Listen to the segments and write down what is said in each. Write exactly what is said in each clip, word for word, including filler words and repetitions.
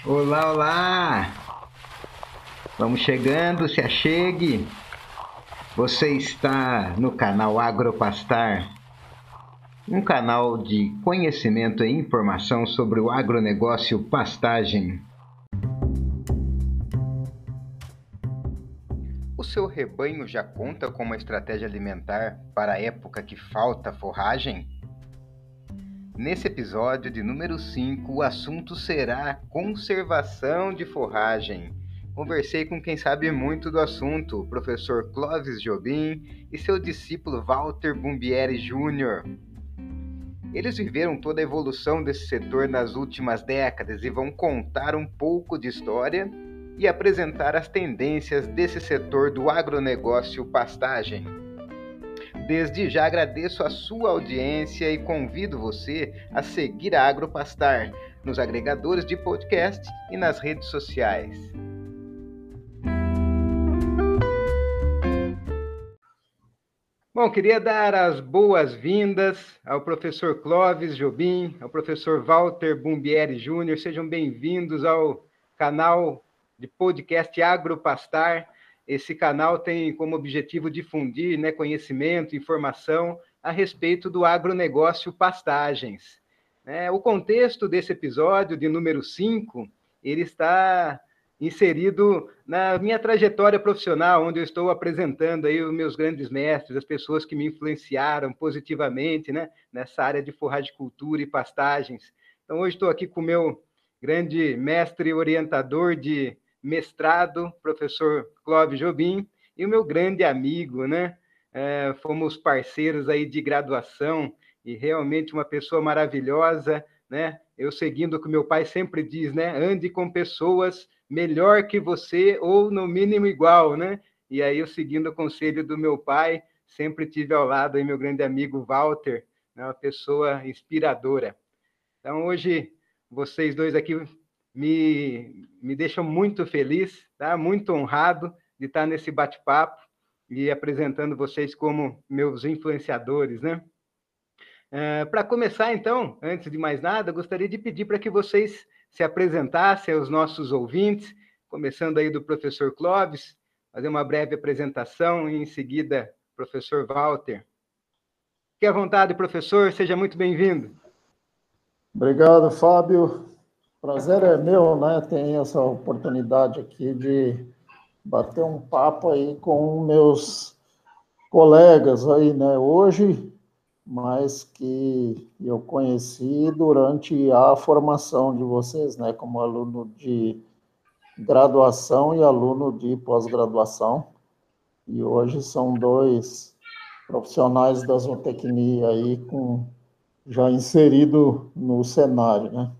Olá, olá! Vamos chegando, se achegue. Você está no canal Agropastar, um canal de conhecimento e informação sobre o agronegócio pastagem. O seu rebanho já conta com uma estratégia alimentar para a época que falta forragem? Nesse episódio de número cinco, o assunto será conservação de forragem. Conversei com quem sabe muito do assunto, o professor Clóvis Jobim e seu discípulo Walter Bumbieri Júnior Eles viveram toda a evolução desse setor nas últimas décadas e vão contar um pouco de história e apresentar as tendências desse setor do agronegócio pastagem. Desde já agradeço a sua audiência e convido você a seguir a Agropastar nos agregadores de podcast e nas redes sociais. Bom, queria dar as boas-vindas ao professor Clóvis Jobim, ao professor Walter Bumbieri Júnior Sejam bem-vindos ao canal de podcast Agropastar. Esse canal tem como objetivo difundir, né, conhecimento, informação a respeito do agronegócio pastagens. É, o contexto desse episódio, de número cinco, ele está inserido na minha trajetória profissional, onde eu estou apresentando aí os meus grandes mestres, as pessoas que me influenciaram positivamente, né, nessa área de forragicultura e pastagens. Então, hoje estou aqui com o meu grande mestre orientador de mestrado, professor Clóvis Jobim, e o meu grande amigo, né? É, fomos parceiros aí de graduação e realmente uma pessoa maravilhosa, né? Eu seguindo o que meu pai sempre diz, né? Ande com pessoas melhor que você ou no mínimo igual, né? E aí eu seguindo o conselho do meu pai, sempre tive ao lado aí meu grande amigo Walter, né? Uma pessoa inspiradora. Então hoje vocês dois aqui me, me deixam muito feliz, tá? Muito honrado de estar nesse bate-papo e apresentando vocês como meus influenciadores, né? É, para começar, então, antes de mais nada, gostaria de pedir para que vocês se apresentassem aos nossos ouvintes, começando aí do professor Clóvis, fazer uma breve apresentação e, em seguida, professor Walter. Fique à vontade, professor, seja muito bem-vindo. Obrigado, Fábio. Prazer é meu, né? Ter essa oportunidade aqui de bater um papo aí com meus colegas aí, né? Hoje, mas que eu conheci durante a formação de vocês, né? Como aluno de graduação e aluno de pós-graduação. E hoje são dois profissionais da zootecnia aí com já inserido no cenário, né?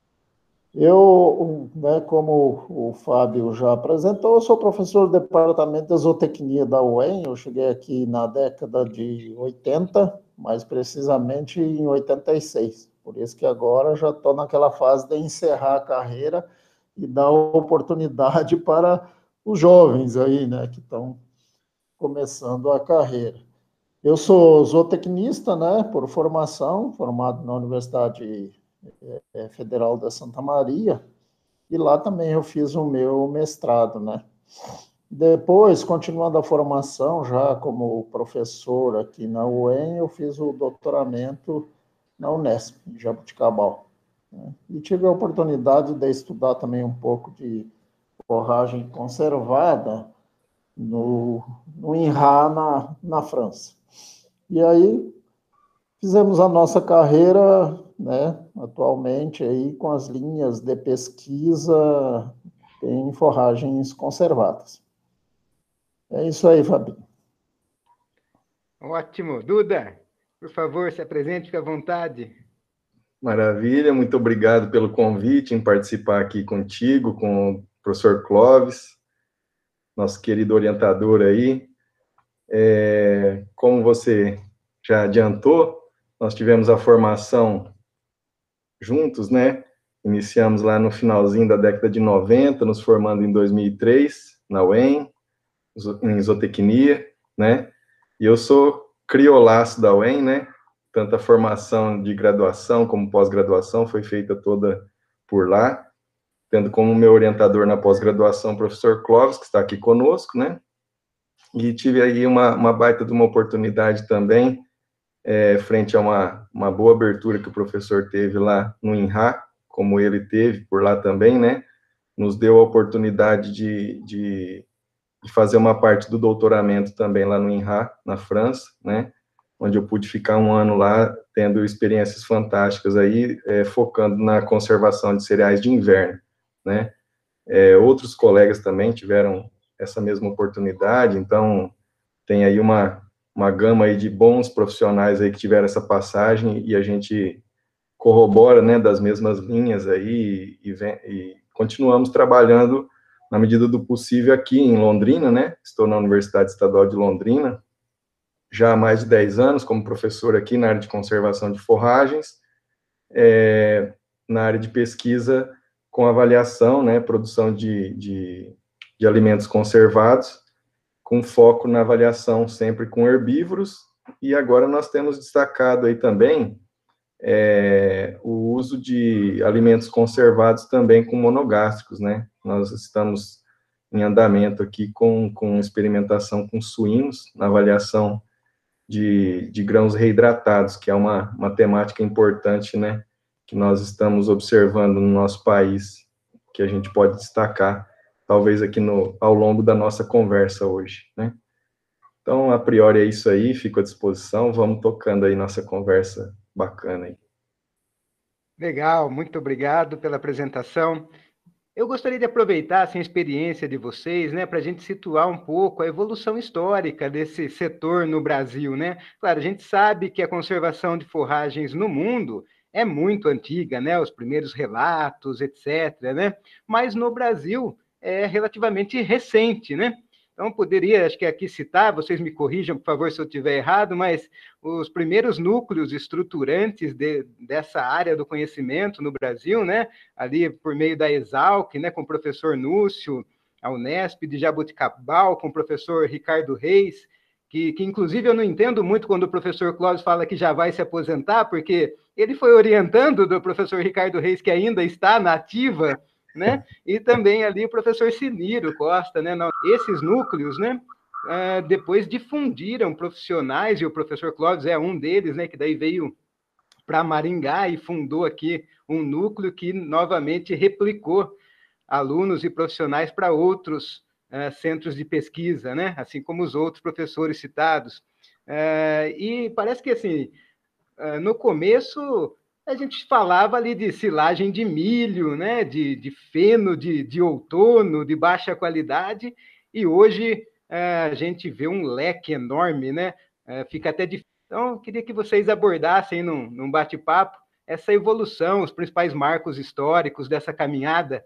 Eu, né, como o Fábio já apresentou, eu sou professor do Departamento de Zootecnia da U E M. Eu cheguei aqui na década de oitenta, mais precisamente em oitenta e seis. Por isso que agora já estou naquela fase de encerrar a carreira e dar oportunidade para os jovens aí, né, que estão começando a carreira. Eu sou zootecnista, né, por formação, formado na Universidade Federal da Santa Maria, e lá também eu fiz o meu mestrado, né. Depois, continuando a formação, já como professor aqui na U E M, eu fiz o doutoramento na Unesp, em Jabuticabal, né? E tive a oportunidade de estudar também um pouco de forragem conservada no, no INRA, na, na França. E aí, fizemos a nossa carreira, né, atualmente aí com as linhas de pesquisa em forragens conservadas. É isso aí, Fabinho. Ótimo. Duda, por favor, se apresente, fique à vontade. Maravilha, muito obrigado pelo convite em participar aqui contigo, com o professor Clóvis, nosso querido orientador aí. É, como você já adiantou, nós tivemos a formação juntos, né? Iniciamos lá no finalzinho da década de noventa, nos formando em dois mil e três, na U E M, em zootecnia, né? E eu sou criolaço da U E M, né? Tanto a formação de graduação como pós-graduação foi feita toda por lá. tendo como meu orientador na pós-graduação o professor Clóvis, que está aqui conosco, né? E tive aí uma, uma baita de uma oportunidade também, é, frente a uma, uma boa abertura que o professor teve lá no INRA, como ele teve por lá também, né? Nos deu a oportunidade de, de, de fazer uma parte do doutoramento também lá no INRA, na França, né? Onde eu pude ficar um ano lá, tendo experiências fantásticas aí, é, focando na conservação de cereais de inverno, né? É, outros colegas também tiveram essa mesma oportunidade, então tem aí uma, uma gama aí de bons profissionais aí que tiveram essa passagem e a gente corrobora, né, das mesmas linhas aí e, vem, e continuamos trabalhando na medida do possível aqui em Londrina, né? Estou na Universidade Estadual de Londrina já há mais de dez anos como professor aqui na área de conservação de forragens, é, na área de pesquisa com avaliação, né, produção de, de, de alimentos conservados, com foco na avaliação sempre com herbívoros, e agora nós temos destacado aí também é, o uso de alimentos conservados também com monogástricos, né? Nós estamos em andamento aqui com, com experimentação com suínos, na avaliação de, de grãos reidratados, que é uma, uma temática importante, né? Que nós estamos observando no nosso país, que a gente pode destacar, talvez aqui no, ao longo da nossa conversa hoje, né? Então, a priori é isso aí, fico à disposição, vamos tocando aí nossa conversa bacana aí. Legal, muito obrigado pela apresentação. Eu gostaria de aproveitar assim, a experiência de vocês, né, para a gente situar um pouco a evolução histórica desse setor no Brasil, né? Claro, a gente sabe que a conservação de forragens no mundo é muito antiga, né? Os primeiros relatos, etcétera, né? Mas no Brasil é relativamente recente, né? Então, poderia, acho que aqui citar, vocês me corrijam, por favor, se eu estiver errado, mas os primeiros núcleos estruturantes de, dessa área do conhecimento no Brasil, né, ali por meio da Exalc, né, com o professor Núcio, a Unesp de Jaboticabal, com o professor Ricardo Reis, que, que inclusive eu não entendo muito quando o professor Clóvis fala que já vai se aposentar, porque ele foi orientando do professor Ricardo Reis, que ainda está na ativa, né? E também ali o professor Cilírio Costa, né? Esses núcleos, né? Uh, depois difundiram profissionais, e o professor Clóvis é um deles, né? Que daí veio para Maringá e fundou aqui um núcleo que novamente replicou alunos e profissionais para outros uh, centros de pesquisa, né? Assim como os outros professores citados. Uh, e parece que, assim, uh, no começo a gente falava ali de silagem de milho, né? de, de feno de, de outono, de baixa qualidade, e hoje uh, a gente vê um leque enorme, né? Uh, fica até difícil. Então, eu queria que vocês abordassem num, num bate-papo essa evolução, os principais marcos históricos dessa caminhada.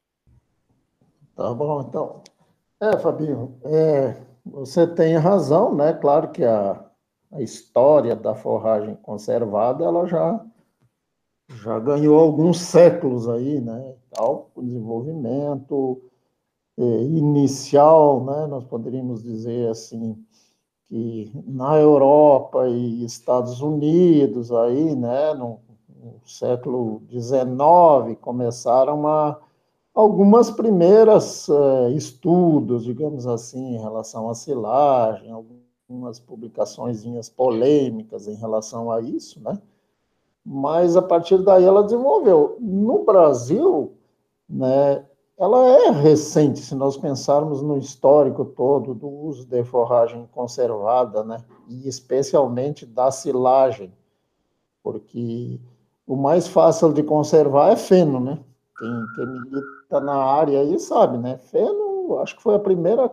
Tá bom, então. É, Fabinho, é, você tem razão, né? Claro que a, a história da forragem conservada, ela já, já ganhou alguns séculos aí, né? Tal, o desenvolvimento é, inicial, né? Nós poderíamos dizer assim, que na Europa e Estados Unidos, aí, né? No, no século dezenove, começaram a algumas primeiras uh, estudos, digamos assim, em relação à silagem, algumas publicaçõezinhas polêmicas em relação a isso, né? Mas a partir daí ela desenvolveu. No Brasil, né, ela é recente, se nós pensarmos no histórico todo do uso de forragem conservada, né? E especialmente da silagem, porque o mais fácil de conservar é feno, né? Quem, quem milita na área aí sabe, né? Feno, acho que foi a primeira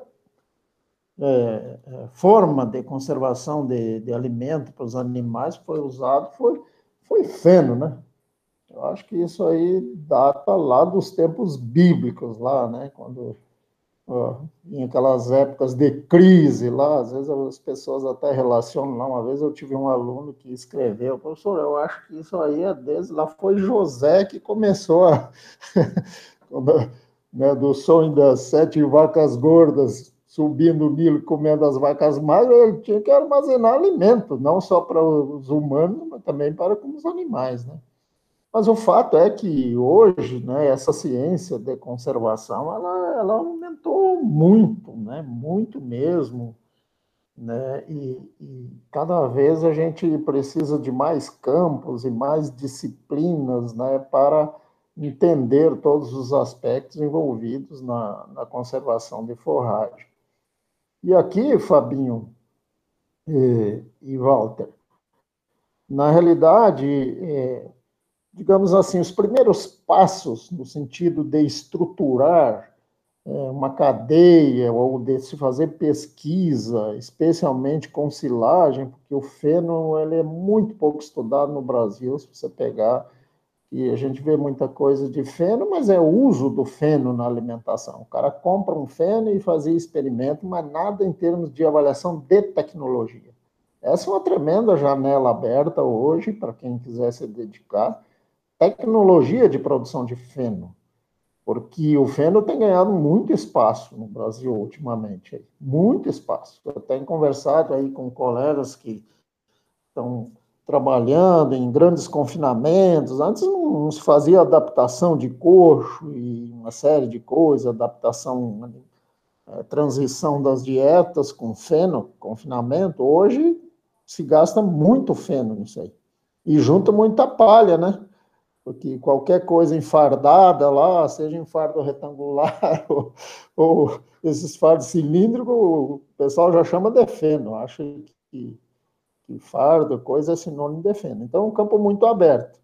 é, forma de conservação de, de alimento para os animais que foi usado, foi, foi feno, né? Eu acho que isso aí data lá dos tempos bíblicos, lá, né? Quando ó, em aquelas épocas de crise lá, às vezes as pessoas até relacionam lá. Uma vez eu tive um aluno que escreveu, professor, eu acho que isso aí é desde lá, foi José que começou a, né, do sonho das sete vacas gordas subindo o Nilo e comendo as vacas magras, ele tinha que armazenar alimento, não só para os humanos, mas também para os animais, né? Mas o fato é que hoje, né, essa ciência de conservação, ela, ela aumentou muito, né, muito mesmo, né, e, e cada vez a gente precisa de mais campos e mais disciplinas, né, para entender todos os aspectos envolvidos na, na conservação de forragem. E aqui, Fabinho e, e Walter, na realidade, é, digamos assim, os primeiros passos no sentido de estruturar é, uma cadeia ou de se fazer pesquisa, especialmente com silagem, porque o feno ele é muito pouco estudado no Brasil, se você pegar, e a gente vê muita coisa de feno, mas é o uso do feno na alimentação. O cara compra um feno e fazia experimento, mas nada em termos de avaliação de tecnologia. Essa é uma tremenda janela aberta hoje, para quem quiser se dedicar, tecnologia de produção de feno, porque o feno tem ganhado muito espaço no Brasil ultimamente, muito espaço. Eu tenho conversado aí com colegas que estão trabalhando em grandes confinamentos, antes não se fazia adaptação de coxo e uma série de coisas, adaptação, é, transição das dietas com feno, confinamento, hoje se gasta muito feno nisso aí, e junta muita palha, né? Porque qualquer coisa enfardada lá, seja em fardo retangular ou, ou esses fardos cilíndricos, o pessoal já chama de feno, acha que, que fardo, coisa é sinônimo de feno. Então, é um campo muito aberto.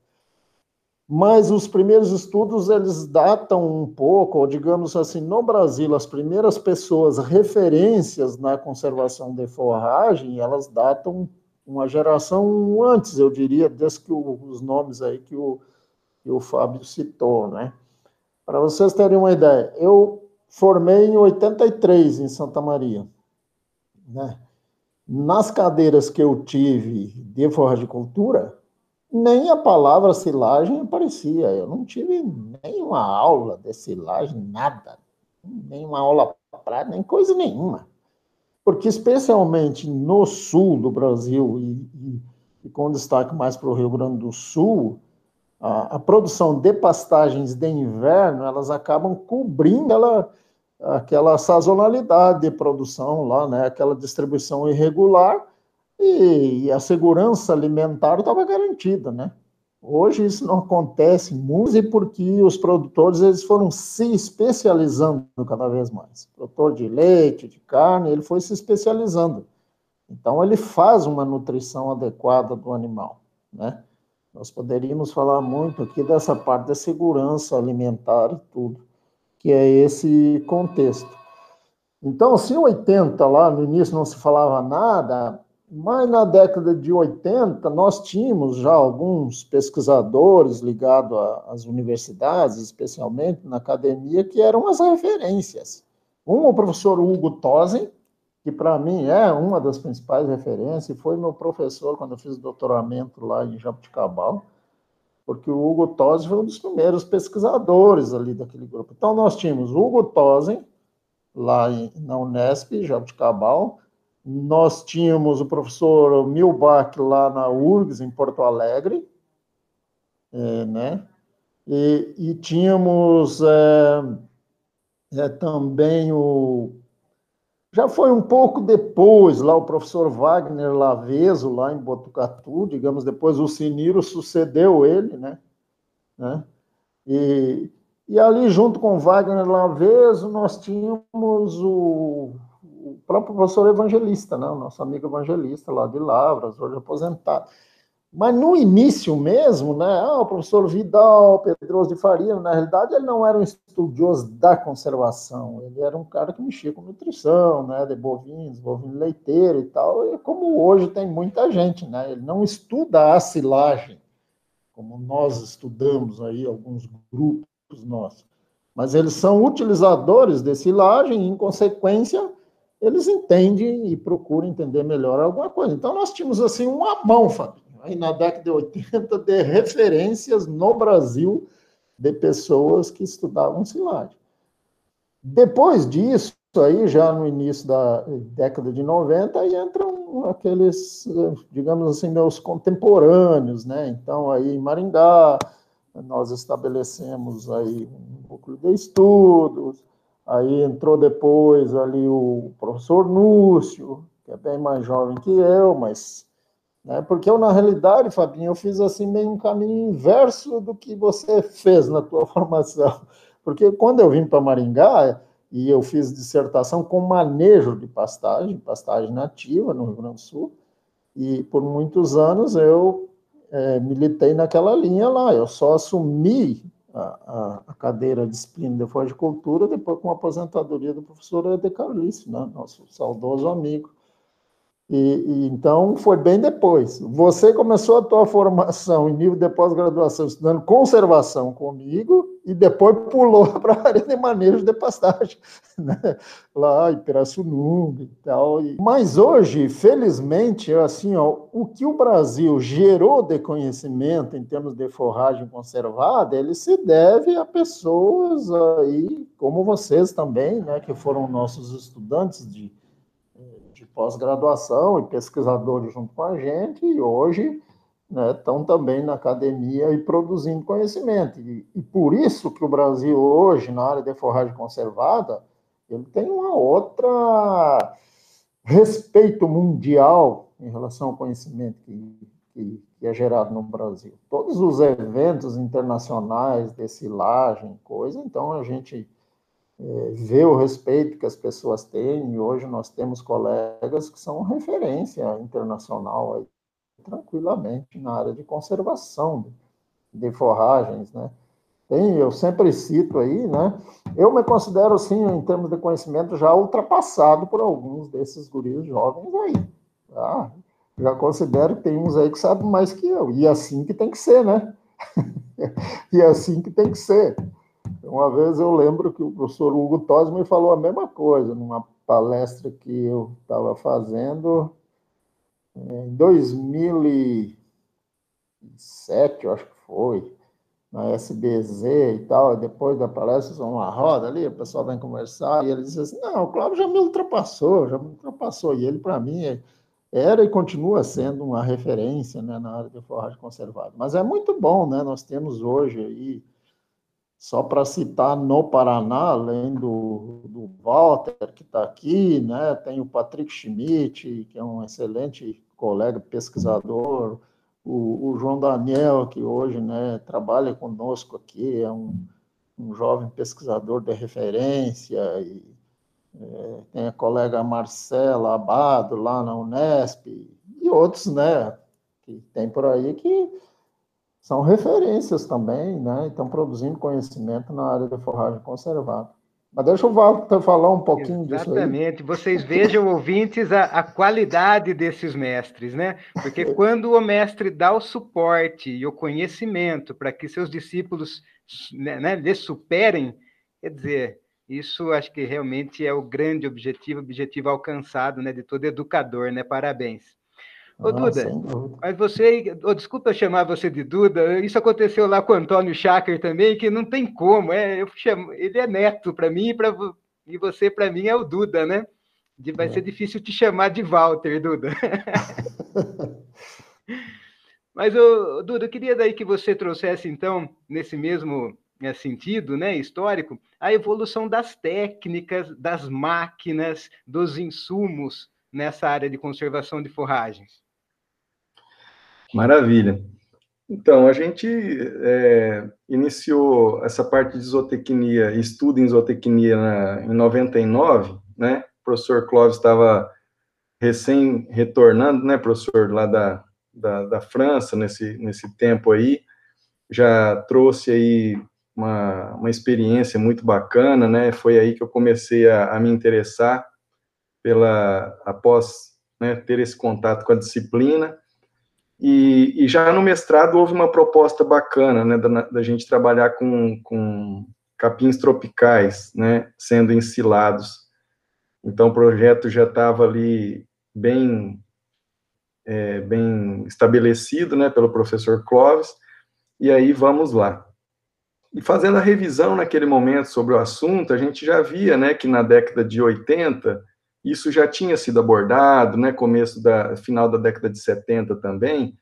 Mas os primeiros estudos, eles datam um pouco, ou digamos assim, no Brasil, as primeiras pessoas referências na conservação de forragem, elas datam uma geração antes, eu diria, desde que o, os nomes aí que o que o Fábio citou, né? Para vocês terem uma ideia, eu formei em oitenta e três em Santa Maria, né? Nas cadeiras que eu tive de forragicultura, nem a palavra silagem aparecia. Eu não tive nenhuma aula de silagem, nada. Nenhuma aula prática, nem coisa nenhuma. Porque, especialmente no sul do Brasil, e, e, e com destaque mais para o Rio Grande do Sul, A, a produção de pastagens de inverno, elas acabam cobrindo ela, aquela sazonalidade de produção lá, né? Aquela distribuição irregular, e, e a segurança alimentar estava garantida, né? Hoje isso não acontece muito porque os produtores eles foram se especializando cada vez mais. O produtor de leite, de carne, ele foi se especializando. Então ele faz uma nutrição adequada do animal, né? Nós poderíamos falar muito aqui dessa parte da segurança alimentar e tudo, que é esse contexto. Então, se em oitenta, lá no início, não se falava nada, mas na década de oitenta, nós tínhamos já alguns pesquisadores ligados às universidades, especialmente na academia, que eram as referências. Um, o professor Hugo Tosen, que para mim é uma das principais referências, e foi meu professor quando eu fiz doutoramento lá em Jabuticabal, porque o Hugo Tosen foi um dos primeiros pesquisadores ali daquele grupo. Então, nós tínhamos o Hugo Tosen, lá em, na Unesp, Jabuticabal, nós tínhamos o professor Milbach lá na U R G S, em Porto Alegre, é, né? E, e tínhamos é, é, também o... Já foi um pouco depois, lá o professor Wagner Laveso, lá em Botucatu, digamos, depois o Siniro sucedeu ele, né? né? E, e ali, junto com o Wagner Laveso, nós tínhamos o, o próprio professor Evangelista, né? O nosso amigo Evangelista, lá de Lavras, hoje aposentado. Mas no início mesmo, né, ah, o professor Vidal Pedroso de Faria, na realidade, ele não era um estudioso da conservação, ele era um cara que mexia com nutrição, né, de bovinos, bovino leiteiro e tal, e como hoje tem muita gente, né, ele não estuda a silagem, como nós estudamos aí, alguns grupos nossos, mas eles são utilizadores de silagem e, em consequência, eles entendem e procuram entender melhor alguma coisa. Então, nós tínhamos, assim, uma mão, Fábio, aí na década de oitenta, de referências no Brasil de pessoas que estudavam silagem. Depois disso, aí já no início da década de noventa, aí entram aqueles, digamos assim, meus contemporâneos, né? Então, aí em Maringá, nós estabelecemos aí um núcleo de estudos, aí entrou depois ali o professor Núcio, que é bem mais jovem que eu, mas... Né, porque eu, na realidade, Fabinho, eu fiz assim meio um caminho inverso do que você fez na tua formação. Porque quando eu vim para Maringá, e eu fiz dissertação com manejo de pastagem, pastagem nativa no Rio Grande do Sul, e por muitos anos eu é, militei naquela linha lá. Eu só assumi a, a, a cadeira de disciplina de floricultura depois com a aposentadoria do professor Eder Carlice, né, nosso saudoso amigo. E, e, então, foi bem depois. Você começou a tua formação em nível de pós-graduação estudando conservação comigo e depois pulou para a área de manejo de pastagem, né? Lá em Pirassununga e tal. Mas hoje, felizmente, assim, ó, o que o Brasil gerou de conhecimento em termos de forragem conservada, ele se deve a pessoas aí, como vocês também, né, que foram nossos estudantes de de pós-graduação e pesquisadores junto com a gente, e hoje, né, estão também na academia e produzindo conhecimento. E, e por isso que o Brasil hoje, na área de forragem conservada, ele tem uma outra respeito mundial em relação ao conhecimento que, que, que é gerado no Brasil. Todos os eventos internacionais de silagem, coisa, então a gente É, ver o respeito que as pessoas têm, e hoje nós temos colegas que são referência internacional aí, tranquilamente na área de conservação de forragens, né? Tem, eu sempre cito aí, né? Eu me considero, assim, em termos de conhecimento, já ultrapassado por alguns desses guris jovens aí, tá? Já considero que tem uns aí que sabem mais que eu, e assim que tem que ser, né? E assim que tem que ser. Uma vez eu lembro que o professor Hugo Tosi me falou a mesma coisa, numa palestra que eu estava fazendo em dois mil e sete, eu acho que foi, na S B Z e tal. Depois da palestra, uma roda ali, o pessoal vem conversar, e ele disse assim: não, o Cláudio já me ultrapassou, já me ultrapassou. E ele, para mim, era e continua sendo uma referência, né, na área de forragem conservada. Mas é muito bom, né? Nós temos hoje aí, só para citar, no Paraná, além do, do Walter, que está aqui, né, tem o Patrick Schmidt, que é um excelente colega pesquisador, o, o João Daniel, que hoje, né, trabalha conosco aqui, é um, um jovem pesquisador de referência, e é, tem a colega Marcela Abado, lá na Unesp, e outros, né, que tem por aí que são referências também, né? Estão produzindo conhecimento na área de forragem conservada. Mas deixa o Walter falar um pouquinho Exatamente. disso aí. Exatamente. Vocês vejam, ouvintes, a, a qualidade desses mestres, né? Porque quando o mestre dá o suporte e o conhecimento para que seus discípulos, né, lhe superem, quer dizer, isso acho que realmente é o grande objetivo, objetivo alcançado, né, de todo educador, né? Parabéns. Ô, Ah, Duda, mas você... Oh, desculpa eu chamar você de Duda, isso aconteceu lá com o Antônio Schacker também, que não tem como, é, eu chamo, ele é neto para mim, pra, e você para mim é o Duda, né? Vai é. ser difícil te chamar de Walter, Duda. Mas, ô, Duda, eu queria daí que você trouxesse, então, nesse mesmo é, sentido, né, histórico, a evolução das técnicas, das máquinas, dos insumos nessa área de conservação de forragens. Maravilha. Então, a gente é, iniciou essa parte de zootecnia, estudo em zootecnia na, em noventa e nove, né? O professor Clóvis estava recém-retornando, né, professor, lá da, da, da França, nesse, nesse tempo aí, já trouxe aí uma, uma experiência muito bacana, né? Foi aí que eu comecei a, a me interessar pela, após, né, ter esse contato com a disciplina. E, e já no mestrado houve uma proposta bacana, né, da, da gente trabalhar com, com capins tropicais, né, sendo ensilados. Então o projeto já estava ali bem, é, bem estabelecido, né, pelo professor Clóvis, e aí vamos lá. E fazendo a revisão naquele momento sobre o assunto, a gente já via, né, que na década de oitenta isso já tinha sido abordado, né, começo da, final da década de setenta também,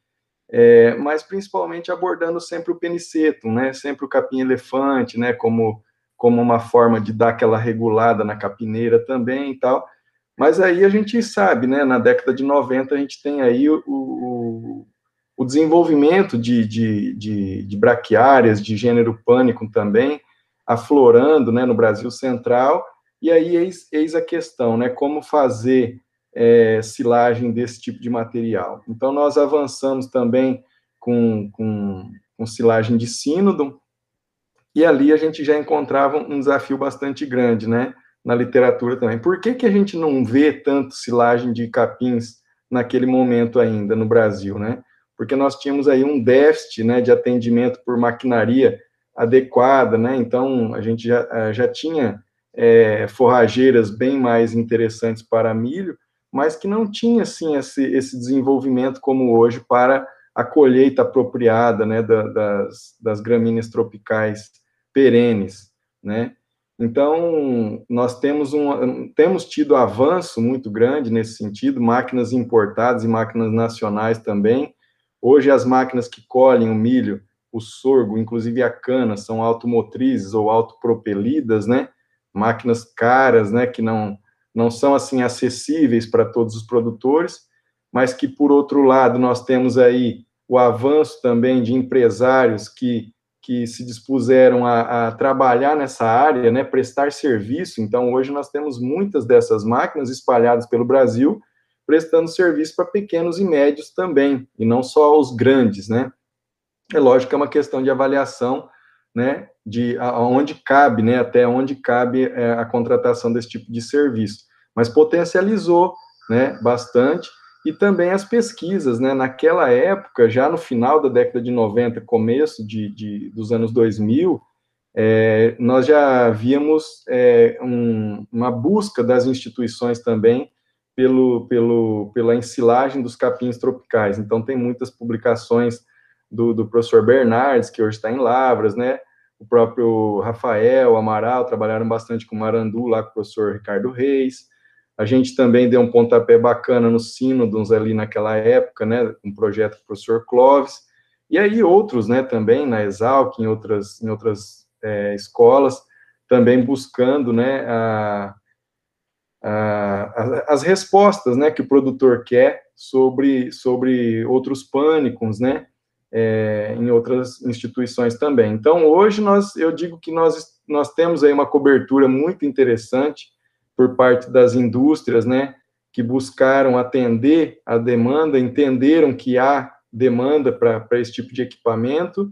é, mas principalmente abordando sempre o penicetum, né, sempre o capim-elefante, né, como, como uma forma de dar aquela regulada na capineira também e tal. Mas aí a gente sabe, né, na década de noventa a gente tem aí o, o, o desenvolvimento de, de, de, de braquiárias, de gênero pânico também, aflorando, né, no Brasil Central, e aí eis, eis a questão, né, como fazer é, silagem desse tipo de material. Então, nós avançamos também com, com, com silagem de sínodo, e ali a gente já encontrava um desafio bastante grande, né, na literatura também. Por que que a gente não vê tanto silagem de capins naquele momento ainda no Brasil, né? Porque nós tínhamos aí um déficit, né, de atendimento por maquinaria adequada, né? Então, a gente já, já tinha é, forrageiras bem mais interessantes para milho, mas que não tinha, assim, esse, esse desenvolvimento como hoje para a colheita apropriada, né, da, das, das gramíneas tropicais perenes, né? Então, nós temos, um, temos tido avanço muito grande nesse sentido, máquinas importadas e máquinas nacionais também. Hoje, as máquinas que colhem o milho, o sorgo, inclusive a cana, são automotrizes ou autopropelidas, né? Máquinas caras, né? Que não, não são, assim, acessíveis para todos os produtores, mas que, por outro lado, nós temos aí o avanço também de empresários que que se dispuseram a, a trabalhar nessa área, né, prestar serviço. Então, hoje nós temos muitas dessas máquinas espalhadas pelo Brasil, prestando serviço para pequenos e médios também, e não só os grandes, né. É lógico que é uma questão de avaliação, né, de aonde cabe, né, até onde cabe é, a contratação desse tipo de serviço. Mas potencializou, né, bastante, e também as pesquisas, né, naquela época, já no final da década de noventa, começo de, de dos anos dois mil, é, nós já víamos é, um, uma busca das instituições também pelo, pelo, pela ensilagem dos capins tropicais. Então, tem muitas publicações do, do professor Bernardes, que hoje está em Lavras, né, o próprio Rafael, Amaral, trabalharam bastante com Marandu, lá com o professor Ricardo Reis. A gente também deu um pontapé bacana no sínodos ali naquela época, né, um projeto do professor Clóvis, e aí outros, né, também na Exalc, em outras, em outras é, escolas, também buscando, né, a, a, as respostas, né, que o produtor quer sobre, sobre outros pânicos, né, é, em outras instituições também. Então, hoje, nós, eu digo que nós, nós temos aí uma cobertura muito interessante por parte das indústrias, né, que buscaram atender a demanda, entenderam que há demanda para esse tipo de equipamento,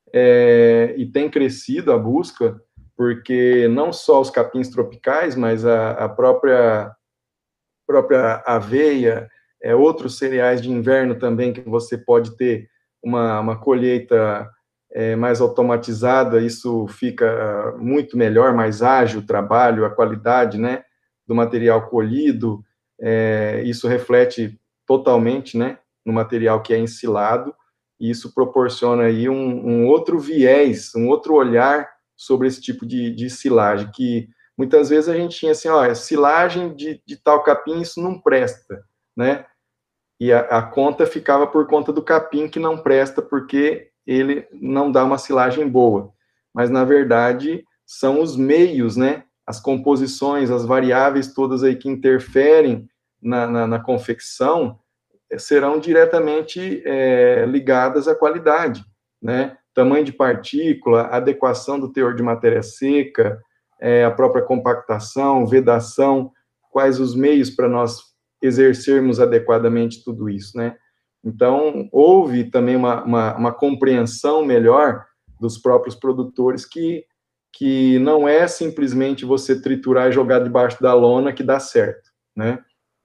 é, e tem crescido a busca, porque não só os capins tropicais, mas a, a própria, própria aveia, é, outros cereais de inverno também, que você pode ter uma, uma colheita é, mais automatizada, isso fica muito melhor, mais ágil o trabalho, a qualidade, né, do material colhido, é, isso reflete totalmente, né, no material que é ensilado, e isso proporciona aí um, um outro viés, um outro olhar sobre esse tipo de, de silagem, que muitas vezes a gente tinha assim, ó, silagem de, de tal capim, isso não presta, né, e a, a conta ficava por conta do capim que não presta, porque ele não dá uma silagem boa, mas na verdade são os meios, né, as composições, as variáveis todas aí que interferem na, na, na confecção, serão diretamente é, ligadas à qualidade, né? Tamanho de partícula, adequação do teor de matéria seca, é, a própria compactação, vedação, quais os meios para nós exercermos adequadamente tudo isso, né? Então, houve também uma, uma, uma compreensão melhor dos próprios produtores que, que não é simplesmente você triturar e jogar debaixo da lona que dá certo, né?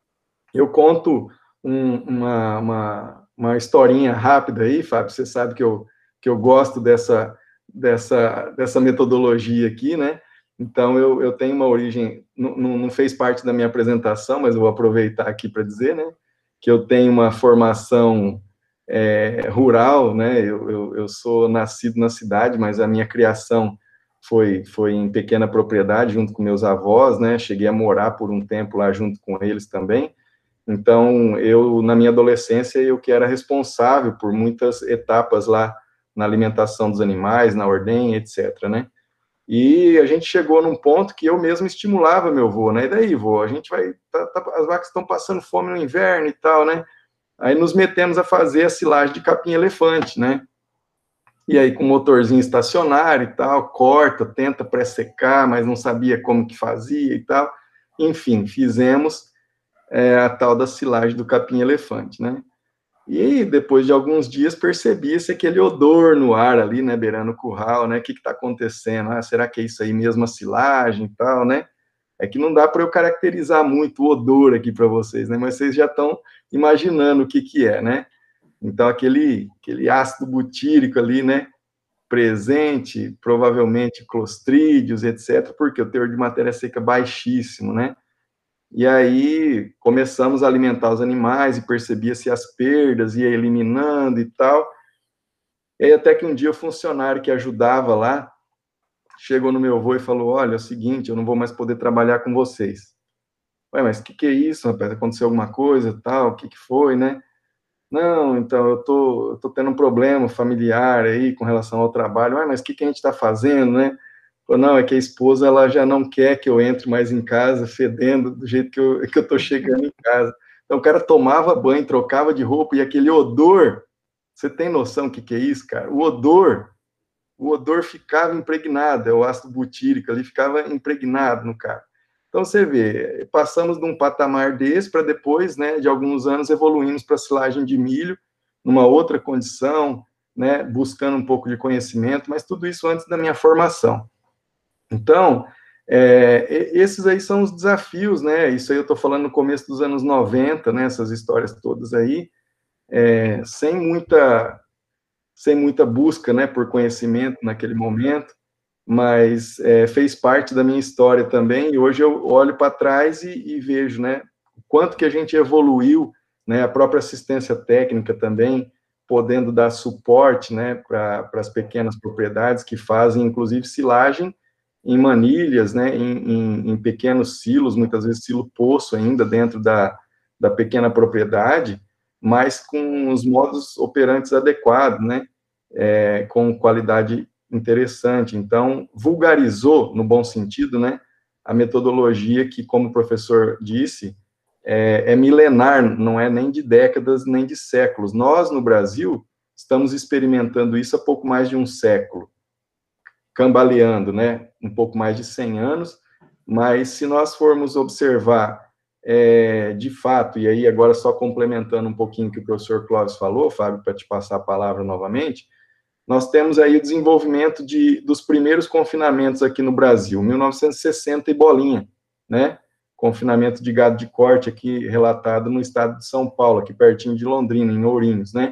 Eu conto um, uma, uma, uma historinha rápida aí, Fábio, você sabe que eu, que eu gosto dessa, dessa, dessa metodologia aqui, né? Então, eu, eu tenho uma origem, não, não fez parte da minha apresentação, mas eu vou aproveitar aqui para dizer, né? Que eu tenho uma formação é, rural, né? Eu, eu, eu sou nascido na cidade, mas a minha criação foi, foi em pequena propriedade, junto com meus avós, né? Cheguei a morar por um tempo lá junto com eles também. Então, eu, na minha adolescência, eu que era responsável por muitas etapas lá na alimentação dos animais, na ordenha, etcétera, né? E a gente chegou num ponto que eu mesmo estimulava meu avô, né? E daí, vô, a gente vai... Tá, tá, as vacas estão passando fome no inverno e tal, né? Aí nos metemos a fazer a silagem de capim-elefante, né? E aí com motorzinho estacionário e tal, corta, tenta pré-secar, mas não sabia como que fazia e tal. Enfim, fizemos é, a tal da silagem do capim-elefante, né? E aí, depois de alguns dias, percebia-se aquele odor no ar ali, né, beirando o curral, né? O que está acontecendo? Ah, será que é isso aí mesmo, a silagem e tal, né? É que não dá para eu caracterizar muito o odor aqui para vocês, né? Mas vocês já estão imaginando o que que é, né? Então, aquele, aquele ácido butírico ali, né? Presente, provavelmente clostrídeos, etcétera, porque o teor de matéria seca é baixíssimo, né? E aí começamos a alimentar os animais e percebia-se as perdas, ia eliminando e tal. E aí até que um dia o funcionário que ajudava lá chegou no meu avô e falou: olha, é o seguinte, eu não vou mais poder trabalhar com vocês. Ué, mas o que, que é isso, rapaz? Aconteceu alguma coisa, tal? O que, que foi, né? Não, então, eu tô, eu tô tendo um problema familiar aí com relação ao trabalho. Ué, mas o que, que a gente está fazendo, né? Falou, não, é que a esposa, ela já não quer que eu entre mais em casa fedendo do jeito que eu, que eu tô chegando em casa. Então, o cara tomava banho, trocava de roupa, e aquele odor, você tem noção do que, que é isso, cara? O odor, o odor ficava impregnado, é o ácido butírico ali, ficava impregnado no cara. Então, você vê, passamos de um patamar desse para depois, né, de alguns anos, evoluímos para silagem de milho, numa outra condição, né, buscando um pouco de conhecimento, mas tudo isso antes da minha formação. Então, é, esses aí são os desafios, né, isso aí eu estou falando no começo dos anos noventa, né, essas histórias todas aí, é, sem muita, sem muita busca, né, por conhecimento naquele momento, mas é, fez parte da minha história também, e hoje eu olho para trás e, e vejo, né, o quanto que a gente evoluiu, né, a própria assistência técnica também, podendo dar suporte, né, para as pequenas propriedades que fazem, inclusive, silagem em manilhas, né, em, em, em pequenos silos, muitas vezes silo-poço ainda dentro da, da pequena propriedade, mas com os modos operantes adequados, né, é, com qualidade interessante. Então, vulgarizou, no bom sentido, né, a metodologia que, como o professor disse, é, é milenar, não é nem de décadas, nem de séculos. Nós, no Brasil, estamos experimentando isso há pouco mais de um século, cambaleando, né, um pouco mais de cem anos, mas se nós formos observar, é, de fato, e aí agora só complementando um pouquinho o que o professor Clóvis falou, Fábio, para te passar a palavra novamente, nós temos aí o desenvolvimento de, dos primeiros confinamentos aqui no Brasil, mil novecentos e sessenta e bolinha, né? Confinamento de gado de corte aqui relatado no estado de São Paulo, aqui pertinho de Londrina, em Ourinhos, né?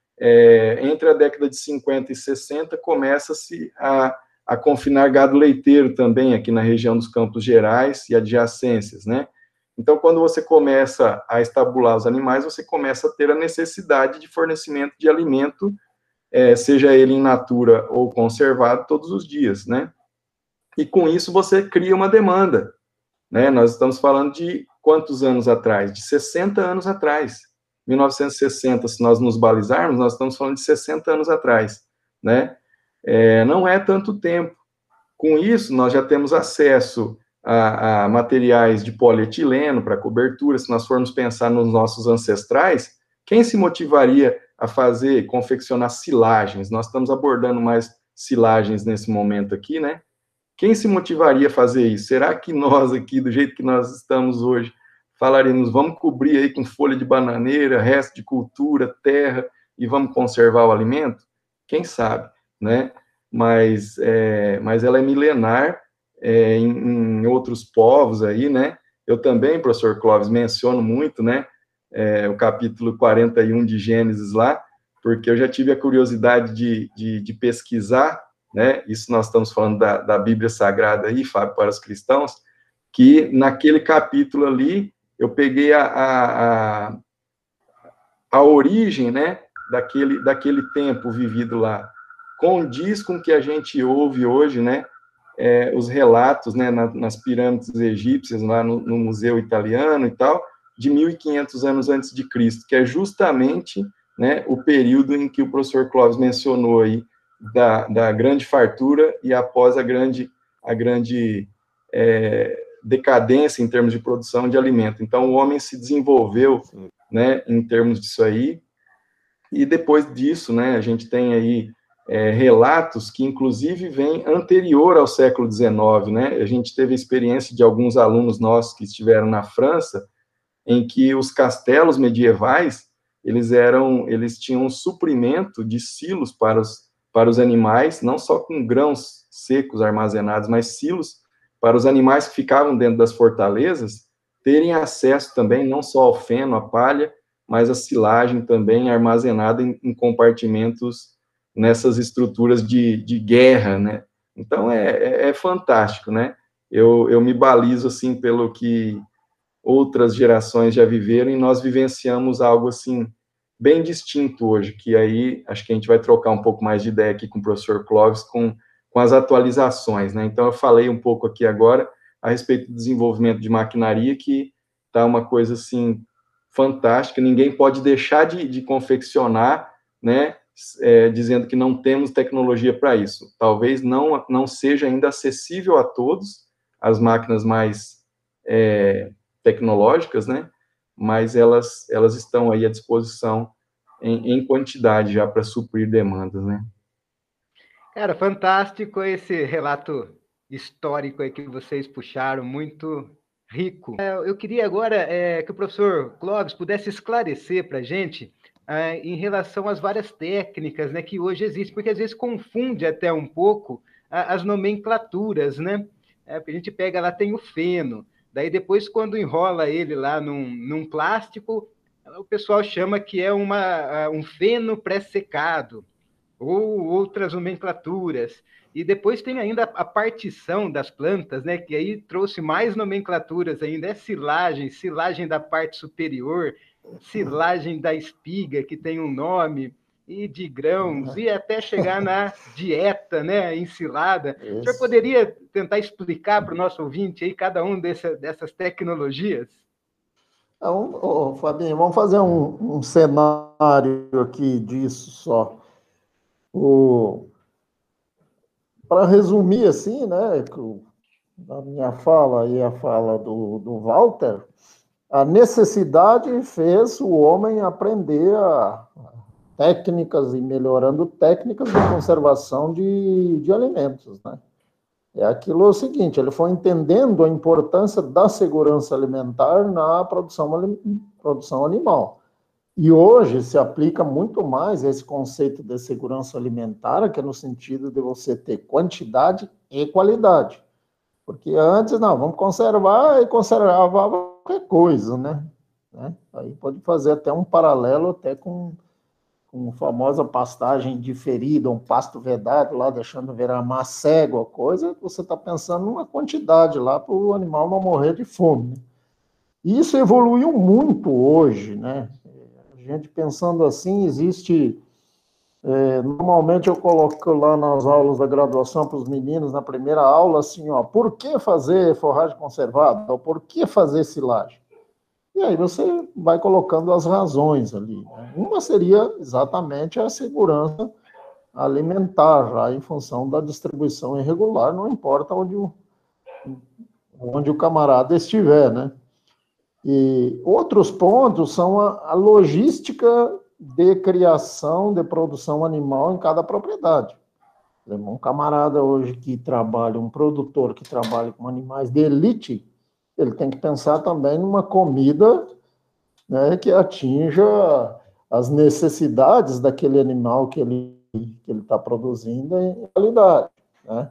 É, entre a década de cinquenta e sessenta, começa-se a, a confinar gado leiteiro também aqui na região dos Campos Gerais e adjacências, né? Então, quando você começa a estabular os animais, você começa a ter a necessidade de fornecimento de alimento, É, seja ele in natura ou conservado, todos os dias, né? E com isso você cria uma demanda, né? Nós estamos falando de quantos anos atrás? De sessenta anos atrás. mil novecentos e sessenta, se nós nos balizarmos, nós estamos falando de sessenta anos atrás, né? É, não é tanto tempo. Com isso, nós já temos acesso a, a materiais de polietileno para cobertura. Se nós formos pensar nos nossos ancestrais, quem se motivaria a fazer, confeccionar silagens? Nós estamos abordando mais silagens nesse momento aqui, né? Quem se motivaria a fazer isso? Será que nós aqui, do jeito que nós estamos hoje, falaríamos, vamos cobrir aí com folha de bananeira, resto de cultura, terra, e vamos conservar o alimento? Quem sabe, né? Mas, é, mas ela é milenar, é, em, em outros povos aí, né? Eu também, professor Clóvis, menciono muito, né? É, o capítulo quarenta e um de Gênesis lá, porque eu já tive a curiosidade de, de, de pesquisar, né? Isso nós estamos falando da, da Bíblia Sagrada aí, Fábio, para os cristãos, que naquele capítulo ali, eu peguei a, a, a, a origem, né? Daquele, daquele tempo vivido lá, condiz com o que a gente ouve hoje, né? É, os relatos, né? Na, nas pirâmides egípcias, lá no, no Museu Italiano e tal, de mil e quinhentos anos antes de Cristo, que é justamente, né, o período em que o professor Clóvis mencionou aí, da, da grande fartura e após a grande, a grande é, decadência em termos de produção de alimento. Então, o homem se desenvolveu, né, em termos disso aí, e depois disso, né, a gente tem aí é, relatos que, inclusive, vêm anterior ao século dezenove, né, a gente teve a experiência de alguns alunos nossos que estiveram na França, em que os castelos medievais, eles eram, eles tinham um suprimento de silos para os, para os animais, não só com grãos secos armazenados, mas silos para os animais que ficavam dentro das fortalezas terem acesso também, não só ao feno, à palha, mas a silagem também armazenada em, em compartimentos nessas estruturas de, de guerra, né? Então, é, é, é fantástico, né? Eu, eu me balizo, assim, pelo que outras gerações já viveram, e nós vivenciamos algo, assim, bem distinto hoje, que aí acho que a gente vai trocar um pouco mais de ideia aqui com o professor Clóvis, com, com as atualizações, né? Então, eu falei um pouco aqui agora a respeito do desenvolvimento de maquinaria, que está uma coisa, assim, fantástica, ninguém pode deixar de, de confeccionar, né, é, dizendo que não temos tecnologia para isso. Talvez não, não seja ainda acessível a todos, as máquinas mais é, tecnológicas, né, mas elas, elas estão aí à disposição em, em quantidade já para suprir demandas, né. Cara, fantástico esse relato histórico aí que vocês puxaram, muito rico. Eu queria agora é, que o professor Clóvis pudesse esclarecer para a gente é, em relação às várias técnicas, né, que hoje existem, porque às vezes confunde até um pouco a, as nomenclaturas, né? É, porque a gente pega lá, tem o feno, daí depois quando enrola ele lá num, num plástico, o pessoal chama que é uma, um feno pré-secado, ou outras nomenclaturas. E depois tem ainda a partição das plantas, né, que aí trouxe mais nomenclaturas ainda, é silagem, silagem da parte superior, silagem da espiga, que tem um nome, e de grãos, e até chegar na dieta, né, ensilada. Isso. O senhor poderia tentar explicar para o nosso ouvinte aí cada um dessa, dessas tecnologias? Então, oh, Fabinho, vamos fazer um, um cenário aqui disso só. O... Para resumir assim, né, a minha fala e a fala do, do Walter, a necessidade fez o homem aprender a técnicas e melhorando técnicas de conservação de, de alimentos, né? É aquilo é o seguinte, ele foi entendendo a importância da segurança alimentar na produção, produção animal. E hoje se aplica muito mais esse conceito de segurança alimentar, que é no sentido de você ter quantidade e qualidade. Porque antes, não, vamos conservar e conservava qualquer coisa, né? né? Aí pode fazer até um paralelo até com, com a famosa pastagem diferida, um pasto vedado lá, deixando virar má cego, a coisa, você está pensando numa quantidade lá para o animal não morrer de fome. Né? E isso evoluiu muito hoje, né? A gente pensando assim, existe... É, normalmente eu coloco lá nas aulas da graduação para os meninos, na primeira aula, assim, ó, por que fazer forragem conservada? Ou por que fazer silagem? E aí você vai colocando as razões ali. Né? Uma seria exatamente a segurança alimentar, já em função da distribuição irregular, não importa onde o, onde o camarada estiver, né? E outros pontos são a, a logística de criação, de produção animal em cada propriedade. Um camarada hoje que trabalha, um produtor que trabalha com animais de elite, ele tem que pensar também numa comida, né, que atinja as necessidades daquele animal que ele que ele está produzindo em qualidade, né?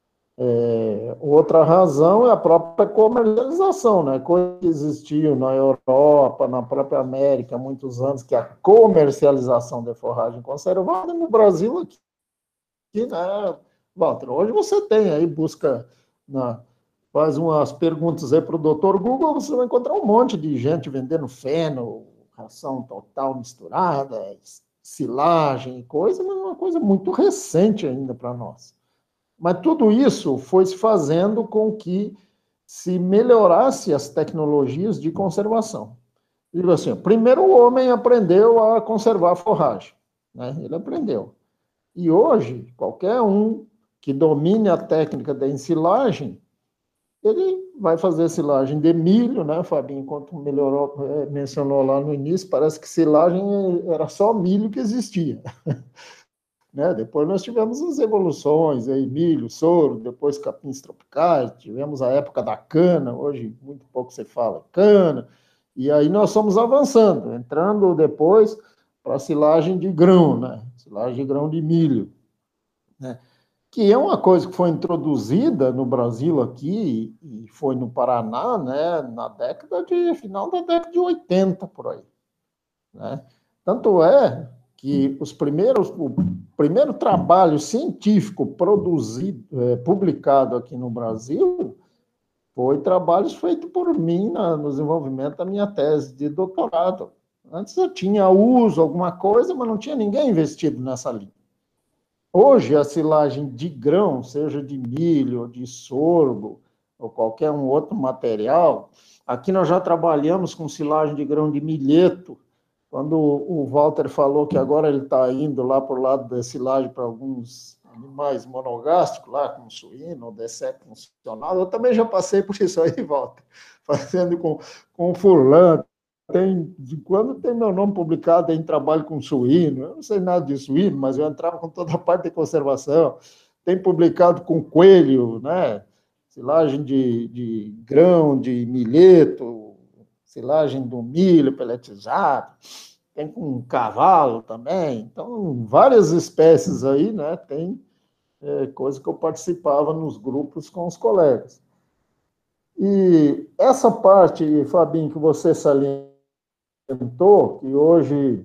É, outra razão é a própria comercialização, né? Coisa que existiu na Europa, na própria América há muitos anos, que é a comercialização de forragem conservada. No Brasil, aqui, né, Walter? Hoje você tem aí, busca, na, faz umas perguntas aí para o doutor Google, você vai encontrar um monte de gente vendendo feno, ração total misturada, silagem e coisa, mas é uma coisa muito recente ainda para nós. Mas tudo isso foi se fazendo com que se melhorasse as tecnologias de conservação. Digo assim, primeiro o homem aprendeu a conservar a forragem, né? Ele aprendeu. E hoje, qualquer um que domine a técnica da ensilagem, ele vai fazer silagem de milho, né, Fabinho? Enquanto melhorou, mencionou lá no início, parece que silagem era só milho que existia. Né? Depois nós tivemos as evoluções, aí, milho, soro, depois capins tropicais, tivemos a época da cana, hoje muito pouco se fala cana, e aí nós fomos avançando, entrando depois para a silagem de grão, né? Silagem de grão de milho, né? Que é uma coisa que foi introduzida no Brasil aqui, e foi no Paraná, né, na década de, final da década de oitenta, por aí, né? Tanto é que os primeiros, o primeiro trabalho científico produzido, é, publicado aqui no Brasil, foi trabalhos feitos por mim na, no desenvolvimento da minha tese de doutorado. Antes eu tinha uso, alguma coisa, mas não tinha ninguém investido nessa linha. Hoje, a silagem de grão, seja de milho, de sorgo, ou qualquer um outro material, aqui nós já trabalhamos com silagem de grão de milheto. Quando o Walter falou que agora ele está indo lá por lado da silagem para alguns animais monogástricos, lá como suíno, ou deceto funcional, eu também já passei por isso aí, Walter, fazendo com, com furlan. Tem, de quando tem meu nome publicado em trabalho com suíno, eu não sei nada de suíno, mas eu entrava com toda a parte de conservação. Tem publicado com coelho, né? Silagem de, de grão, de milheto, silagem do milho peletizado, tem com cavalo também. Então, várias espécies aí, né? Tem é, coisa que eu participava nos grupos com os colegas. E essa parte, Fabinho, que você salientou, que hoje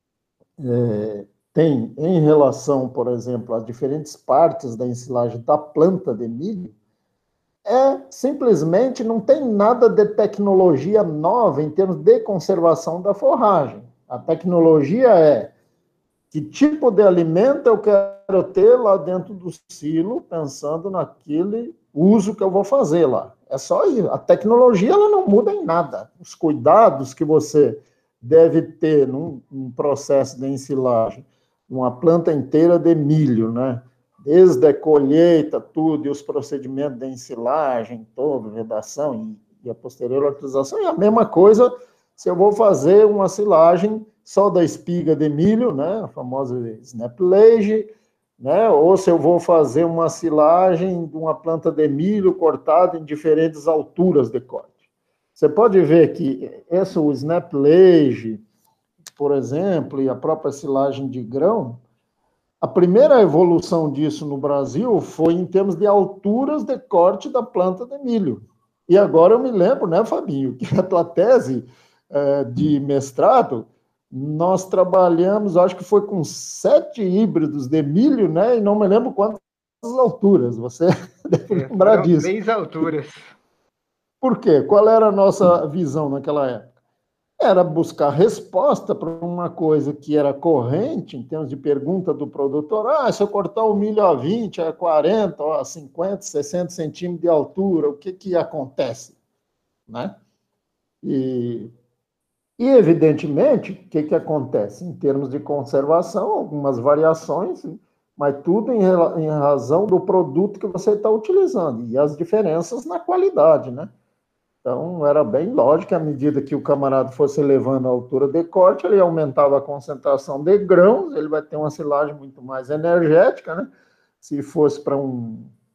é, tem em relação, por exemplo, às diferentes partes da ensilagem da planta de milho, é simplesmente não tem nada de tecnologia nova em termos de conservação da forragem. A tecnologia é que tipo de alimento eu quero ter lá dentro do silo, pensando naquele uso que eu vou fazer lá. É só isso. A tecnologia ela não muda em nada. Os cuidados que você deve ter num, num processo de ensilagem, uma planta inteira de milho, né? Desde a colheita, tudo, e os procedimentos de ensilagem, toda, vedação e, e a posterior utilização, é a mesma coisa se eu vou fazer uma silagem só da espiga de milho, né? A famosa snaplage, né? Ou se eu vou fazer uma silagem de uma planta de milho cortada em diferentes alturas de corte. Você pode ver que esse, o snaplage, por exemplo, e a própria silagem de grão, a primeira evolução disso no Brasil foi em termos de alturas de corte da planta de milho. E agora eu me lembro, né, Fabinho, que a tua tese eh, de mestrado, nós trabalhamos, acho que foi com sete híbridos de milho, né, e não me lembro quantas alturas, você deve É, lembrar foram disso. três alturas. Por quê? Qual era a nossa visão naquela época? Era buscar resposta para uma coisa que era corrente, em termos de pergunta do produtor. Ah, se eu cortar o milho a vinte, a quarenta, a cinquenta, sessenta centímetros de altura, o que, que acontece? Né? E, e, evidentemente, o que, que acontece? Em termos de conservação, algumas variações, mas tudo em, em razão do produto que você está utilizando e as diferenças na qualidade, né? Então, era bem lógico que à medida que o camarada fosse elevando a altura de corte, ele aumentava a concentração de grãos, ele vai ter uma silagem muito mais energética, né? Se fosse para uma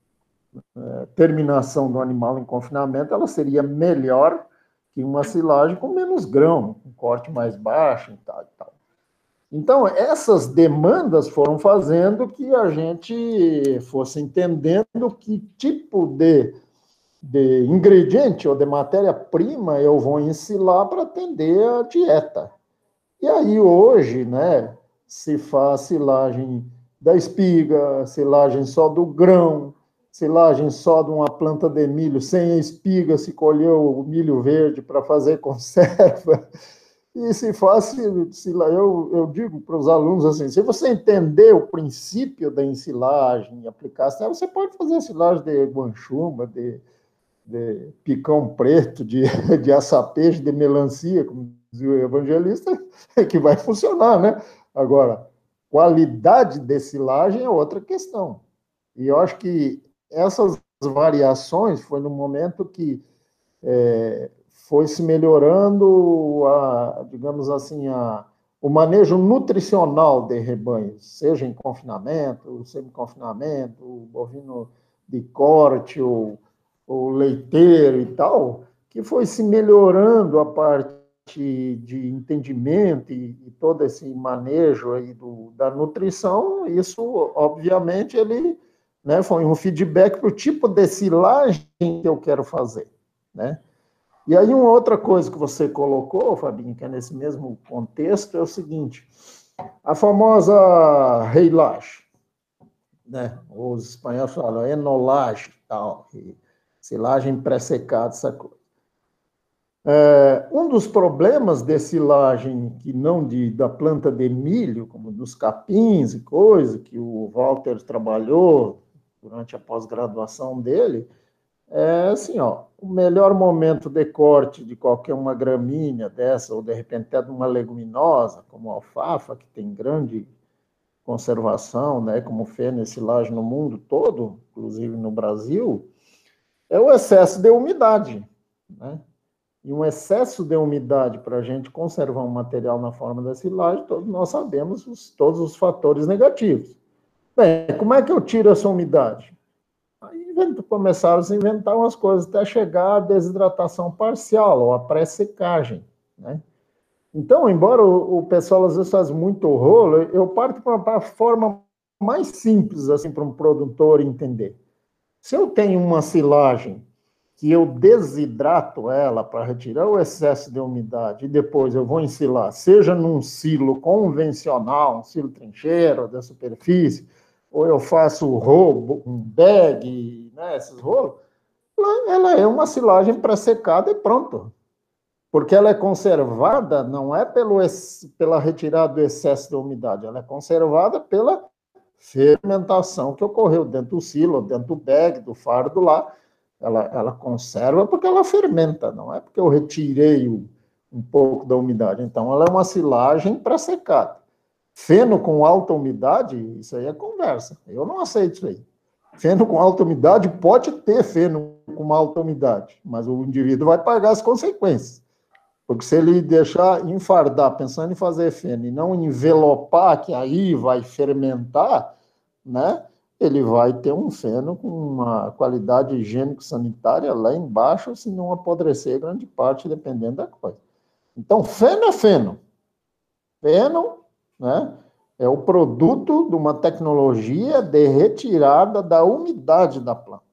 é, terminação do animal em confinamento, ela seria melhor que uma silagem com menos grão, um corte mais baixo e tal, e tal. Então, essas demandas foram fazendo que a gente fosse entendendo que tipo de de ingrediente ou de matéria-prima eu vou ensilar para atender a dieta. E aí hoje, né, se faz silagem da espiga, silagem só do grão, silagem só de uma planta de milho, sem a espiga se colheu o milho verde para fazer conserva. E se faz, eu, eu digo para os alunos assim, se você entender o princípio da ensilagem e aplicar, você pode fazer silagem de guanchuma, de de picão preto, de, de açapeixe, de melancia, como o evangelista, é que vai funcionar, né? Agora, qualidade de silagem é outra questão. E eu acho que essas variações foi no momento que é, foi se melhorando, a, digamos assim, a, o manejo nutricional de rebanhos, seja em confinamento, semi-confinamento, o bovino de corte, o, o leiteiro e tal, que foi se melhorando a parte de entendimento e, e todo esse manejo aí do, da nutrição. Isso, obviamente, ele, né, foi um feedback para o tipo de silagem que eu quero fazer, né? E aí uma outra coisa que você colocou, Fabinho, que é nesse mesmo contexto, é o seguinte, a famosa reilagem, né? Os espanhóis falam enolagem, tal, silagem pré-secada, essa coisa. É, um dos problemas de silagem, que não de, da planta de milho, como dos capins e coisa, que o Walter trabalhou durante a pós-graduação dele, é assim, ó, o melhor momento de corte de qualquer uma gramínea dessa, ou de repente até de uma leguminosa, como a alfafa, que tem grande conservação, né, como feno e silagem no mundo todo, inclusive no Brasil, é o excesso de umidade, né? E um excesso de umidade para a gente conservar um material na forma da silagem, todos nós sabemos os, todos os fatores negativos. Bem, como é que eu tiro essa umidade? Aí invento, começaram a se inventar umas coisas até chegar à desidratação parcial, ou a pré-secagem, né? Então, embora o, o pessoal às vezes faz muito rolo, eu parto para a forma mais simples, assim, para um produtor entender. Se eu tenho uma silagem que eu desidrato ela para retirar o excesso de umidade e depois eu vou ensilar, seja num silo convencional, um silo trincheiro da superfície, ou eu faço rolo, um bag, né, esses rolos, ela é uma silagem pré-secada e pronto. Porque ela é conservada não é pelo, pela retirada do excesso de umidade, ela é conservada pela fermentação que ocorreu dentro do silo, dentro do bag, do fardo lá. Ela, ela conserva porque ela fermenta, não é porque eu retirei o, um pouco da umidade. Então, ela é uma silagem pré-secada. Feno com alta umidade, isso aí é conversa. Eu não aceito isso aí. Feno com alta umidade pode ter feno com alta umidade, mas o indivíduo vai pagar as consequências. Porque se ele deixar enfardar, pensando em fazer feno, e não envelopar, que aí vai fermentar, né? Ele vai ter um feno com uma qualidade higiênico-sanitária lá embaixo, se não apodrecer grande parte, dependendo da coisa. Então, feno é feno. Feno, né, é o produto de uma tecnologia de retirada da umidade da planta.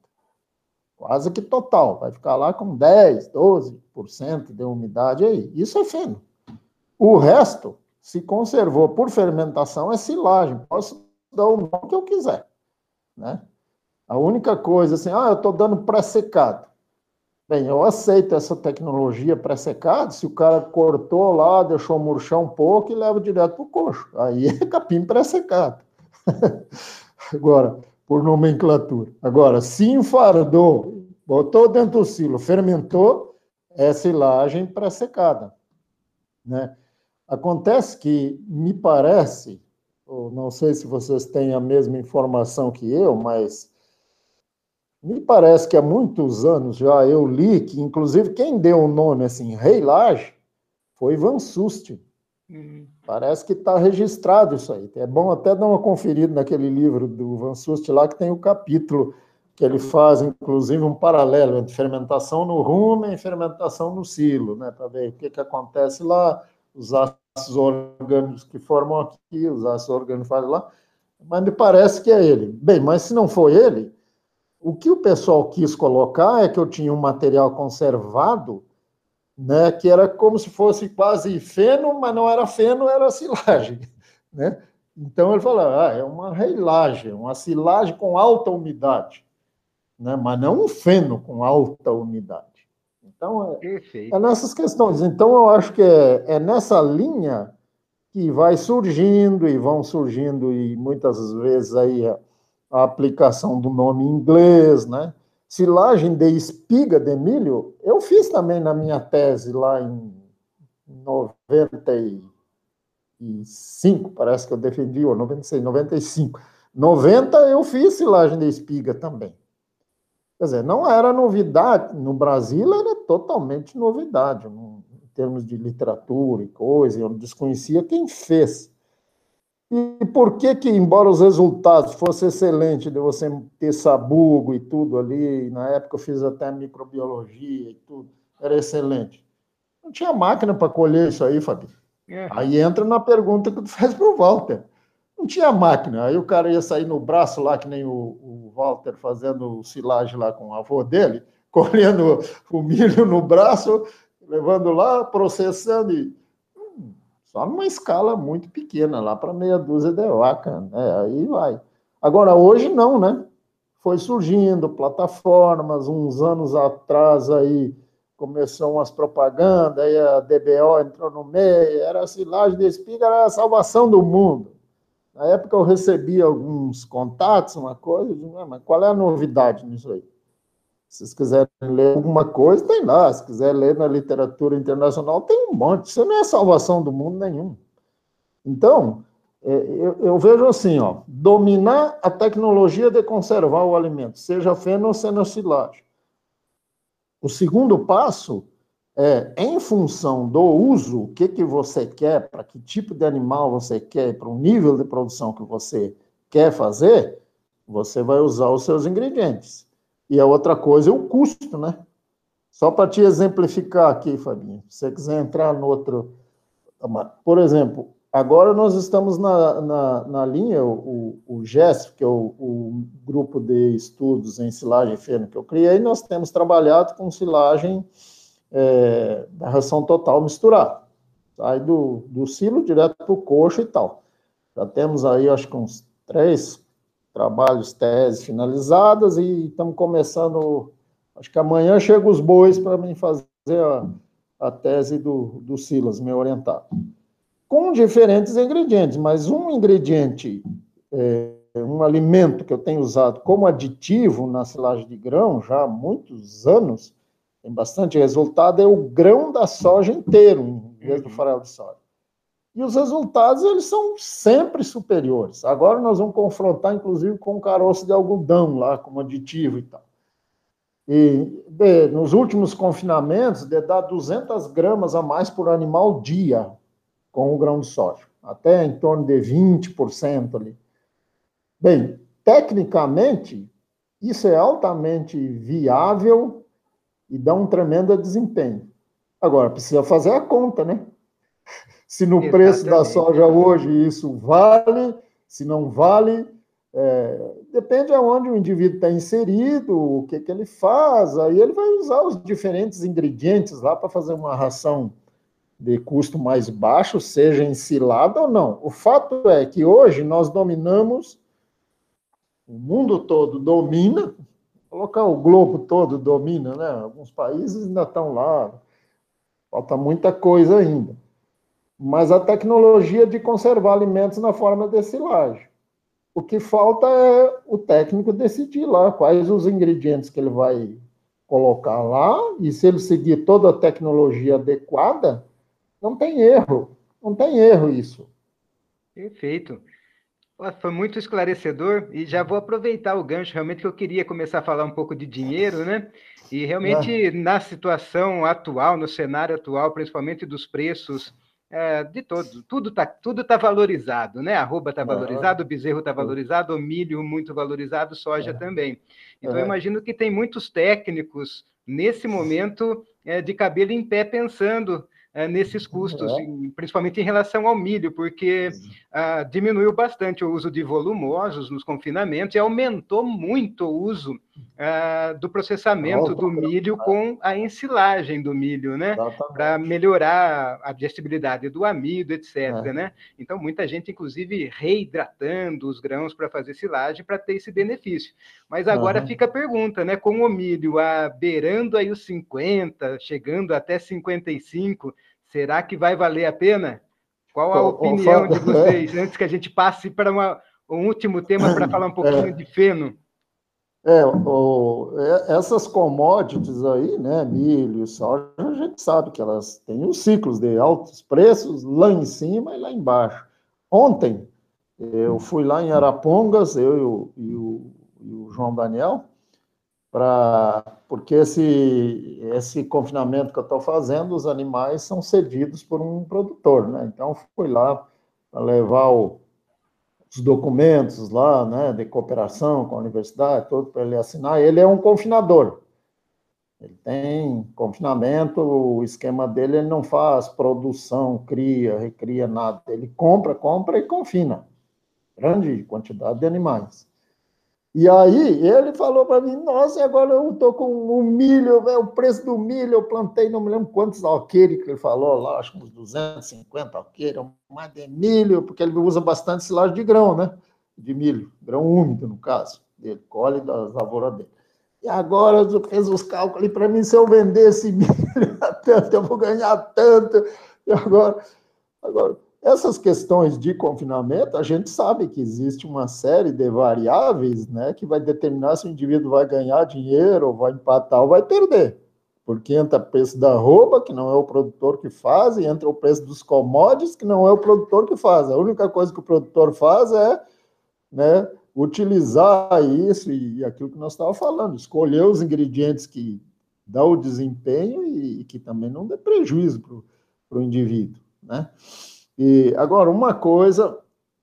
Quase que total. Vai ficar lá com dez, doze por cento de umidade aí. Isso é feno. O resto, se conservou por fermentação, é silagem. Posso dar o nome que eu quiser, né? A única coisa, assim, ah, eu estou dando pré-secado. Bem, eu aceito essa tecnologia pré-secado se o cara cortou lá, deixou murchar um pouco e leva direto para o coxo. Aí é capim pré-secado. Agora, por nomenclatura. Agora, se enfardou, botou dentro do silo, fermentou, é silagem pré-secada, né? Acontece que, me parece, não sei se vocês têm a mesma informação que eu, mas me parece que há muitos anos já eu li que, inclusive, quem deu o nome assim, reilagem, foi Van Sust. Uhum. Parece que está registrado isso aí. É bom até dar uma conferida naquele livro do Van Sust lá, que tem o capítulo que ele faz, inclusive, um paralelo entre fermentação no rumen e fermentação no silo, né, para ver o que, que acontece lá, os ácidos orgânicos que formam aqui, os ácidos orgânicos fazem lá, mas me parece que é ele. Bem, mas se não foi ele, o que o pessoal quis colocar é que eu tinha um material conservado, né, que era como se fosse quase feno, mas não era feno, era silagem, né? Então ele falou, ah, é uma reilagem, uma silagem com alta umidade, né, mas não um feno com alta umidade. Então, é, é nessas questões. Então, eu acho que é, é nessa linha que vai surgindo e vão surgindo, e muitas vezes aí a, a aplicação do nome em inglês, né? Silagem de espiga de milho, eu fiz também na minha tese lá em, noventa e cinco, parece que eu defendi, ou noventa e seis, noventa e cinco. noventa eu fiz silagem de espiga também. Quer dizer, não era novidade, no Brasil era totalmente novidade, em termos de literatura e coisa, eu desconhecia quem fez. E por que que, embora os resultados fossem excelentes, de você ter sabugo e tudo ali, na época eu fiz até microbiologia e tudo, era excelente. Não tinha máquina para colher isso aí, Fabi. Uhum. Aí entra na pergunta que tu fez para o Walter. Não tinha máquina, aí o cara ia sair no braço lá, que nem o, o Walter fazendo silagem lá com o avô dele, colhendo o milho no braço, levando lá, processando e... Só numa escala muito pequena, lá para meia dúzia de vaca, né? Aí vai. Agora, hoje não, né? Foi surgindo plataformas, uns anos atrás aí começou umas propagandas, aí a D B O entrou no meio, era a silagem de espiga, era a salvação do mundo. Na época eu recebi alguns contatos, uma coisa, eu digo, ah, mas qual é a novidade nisso aí? Se vocês quiserem ler alguma coisa, tem lá. Se quiser ler na literatura internacional, tem um monte. Isso não é salvação do mundo nenhum. Então, eu, eu vejo assim, ó, dominar a tecnologia de conservar o alimento, seja feno ou senosilagem. O segundo passo é, em função do uso, o que, que você quer, para que tipo de animal você quer, para o nível de produção que você quer fazer, você vai usar os seus ingredientes. E a outra coisa é o custo, né? Só para te exemplificar aqui, Fabinho, se você quiser entrar no outro... Por exemplo, agora nós estamos na, na, na linha, o, o G E S F, que é o, o grupo de estudos em silagem feno que eu criei, nós temos trabalhado com silagem é, da ração total misturada. Sai do, do silo direto para o coxo e tal. Já temos aí, acho que uns três... trabalhos, teses finalizadas, e estamos começando, acho que amanhã chegam os bois para mim fazer a, a tese do, do Silas, meu orientado. Com diferentes ingredientes, mas um ingrediente, é, um alimento que eu tenho usado como aditivo na silagem de grão já há muitos anos, tem bastante resultado, é o grão da soja inteiro, em vez do farelo de soja. E os resultados, eles são sempre superiores. Agora nós vamos confrontar, inclusive, com o caroço de algodão lá, como aditivo e tal. E de, nos últimos confinamentos, de dar duzentas gramas a mais por animal dia com o grão de soja. Até em torno de vinte por cento ali. Bem, tecnicamente, isso é altamente viável e dá um tremendo desempenho. Agora, precisa fazer a conta, né? Se no Exatamente. Preço da soja hoje isso vale, se não vale, é, depende aonde o indivíduo está inserido, o que, que ele faz, aí ele vai usar os diferentes ingredientes lá para fazer uma ração de custo mais baixo, seja ensilada ou não. O fato é que hoje nós dominamos, o mundo todo domina, colocar o globo todo domina, né? Alguns países ainda estão lá, falta muita coisa ainda. Mas a tecnologia de conservar alimentos na forma de silagem. O que falta é o técnico decidir lá quais os ingredientes que ele vai colocar lá, e se ele seguir toda a tecnologia adequada, não tem erro. Não tem erro isso. Perfeito. Foi muito esclarecedor, e já vou aproveitar o gancho, realmente que eu queria começar a falar um pouco de dinheiro, né? E realmente, é. na situação atual, no cenário atual, principalmente dos preços É, de todo, tudo está tudo tá valorizado, né? A arroba está valorizado, o bezerro está valorizado, o milho muito valorizado, soja é. também. Então, é. eu imagino que tem muitos técnicos, nesse momento, é, de cabelo em pé, pensando é, nesses custos, é. em, principalmente em relação ao milho, porque ah, diminuiu bastante o uso de volumosos nos confinamentos e aumentou muito o uso ah, do processamento do milho com a ensilagem do milho, né? Para melhorar a digestibilidade do amido, etcétera. É. Né? Então, muita gente, inclusive, reidratando os grãos para fazer silagem para ter esse benefício. Mas agora uhum. fica a pergunta, né? Com o milho ah, beirando aí os cinquenta, chegando até cinquenta e cinco, será que vai valer a pena? Qual a oh, opinião oh, de vocês, antes que a gente passe para uma, um último tema para falar um pouquinho é. de feno? É, o, é, essas commodities aí, né, milho, soja, a gente sabe que elas têm os ciclos de altos preços lá em cima e lá embaixo. Ontem, eu fui lá em Arapongas, eu e o, e o, e o João Daniel, pra, porque esse, esse confinamento que eu estou fazendo, os animais são cedidos por um produtor, né? Então, fui lá para levar o os documentos lá, né, de cooperação com a universidade, tudo para ele assinar. Ele é um confinador. Ele tem confinamento, o esquema dele, ele não faz produção, cria, recria nada. Ele compra, compra e confina. Grande quantidade de animais. E aí ele falou para mim, nossa, e agora eu estou com o milho, véio, o preço do milho, eu plantei, não me lembro quantos alqueires que ele falou lá, acho que uns duzentos e cinquenta alqueires, mais de milho, porque ele usa bastante silagem de grão, né? De milho, grão úmido, no caso, dele, colhe das lavouras dele. E agora eu fiz os cálculos para mim, se eu vender esse milho a tanto, eu vou ganhar tanto, e agora, agora essas questões de confinamento, a gente sabe que existe uma série de variáveis, né, que vai determinar se o indivíduo vai ganhar dinheiro, ou vai empatar, ou vai perder. Porque entra o preço da roupa, que não é o produtor que faz, e entra o preço dos commodities, que não é o produtor que faz. A única coisa que o produtor faz é, né, utilizar isso e aquilo que nós estávamos falando, escolher os ingredientes que dão o desempenho e, e que também não dê prejuízo para o indivíduo, né? E, agora, uma coisa,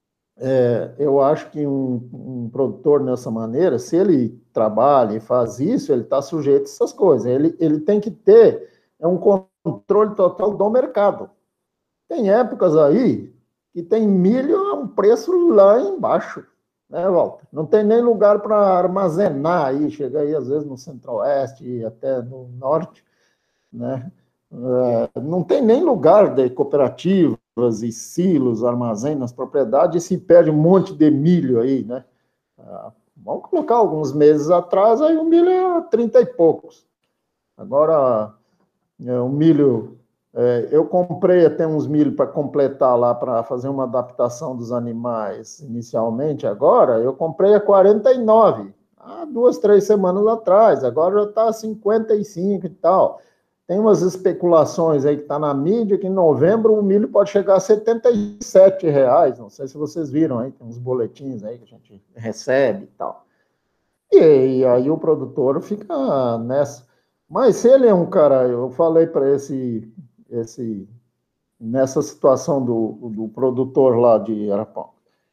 é, eu acho que um, um produtor dessa maneira, se ele trabalha e faz isso, ele está sujeito a essas coisas. Ele, ele tem que ter é um controle total do mercado. Tem épocas aí que tem milho a um preço lá embaixo, né, Walter? Não tem nem lugar para armazenar aí, chega aí às vezes no centro-oeste e até no norte, né? É, não tem nem lugar de cooperativas e silos, armazém nas propriedades, e se perde um monte de milho aí, né? Ah, vamos colocar alguns meses atrás, aí o milho é trinta e poucos. Agora, é, o milho, é, eu comprei até uns milho para completar lá, para fazer uma adaptação dos animais inicialmente, agora, eu comprei a quarenta e nove, há duas, três semanas atrás, agora já está a cinquenta e cinco e tal. Tem umas especulações aí que está na mídia que em novembro o milho pode chegar a setenta e sete reais. Não sei se vocês viram aí, tem uns boletins aí que a gente recebe e tal. E, e aí o produtor fica nessa. Mas se ele é um cara, eu falei para esse, esse, nessa situação do, do produtor lá de Arapão,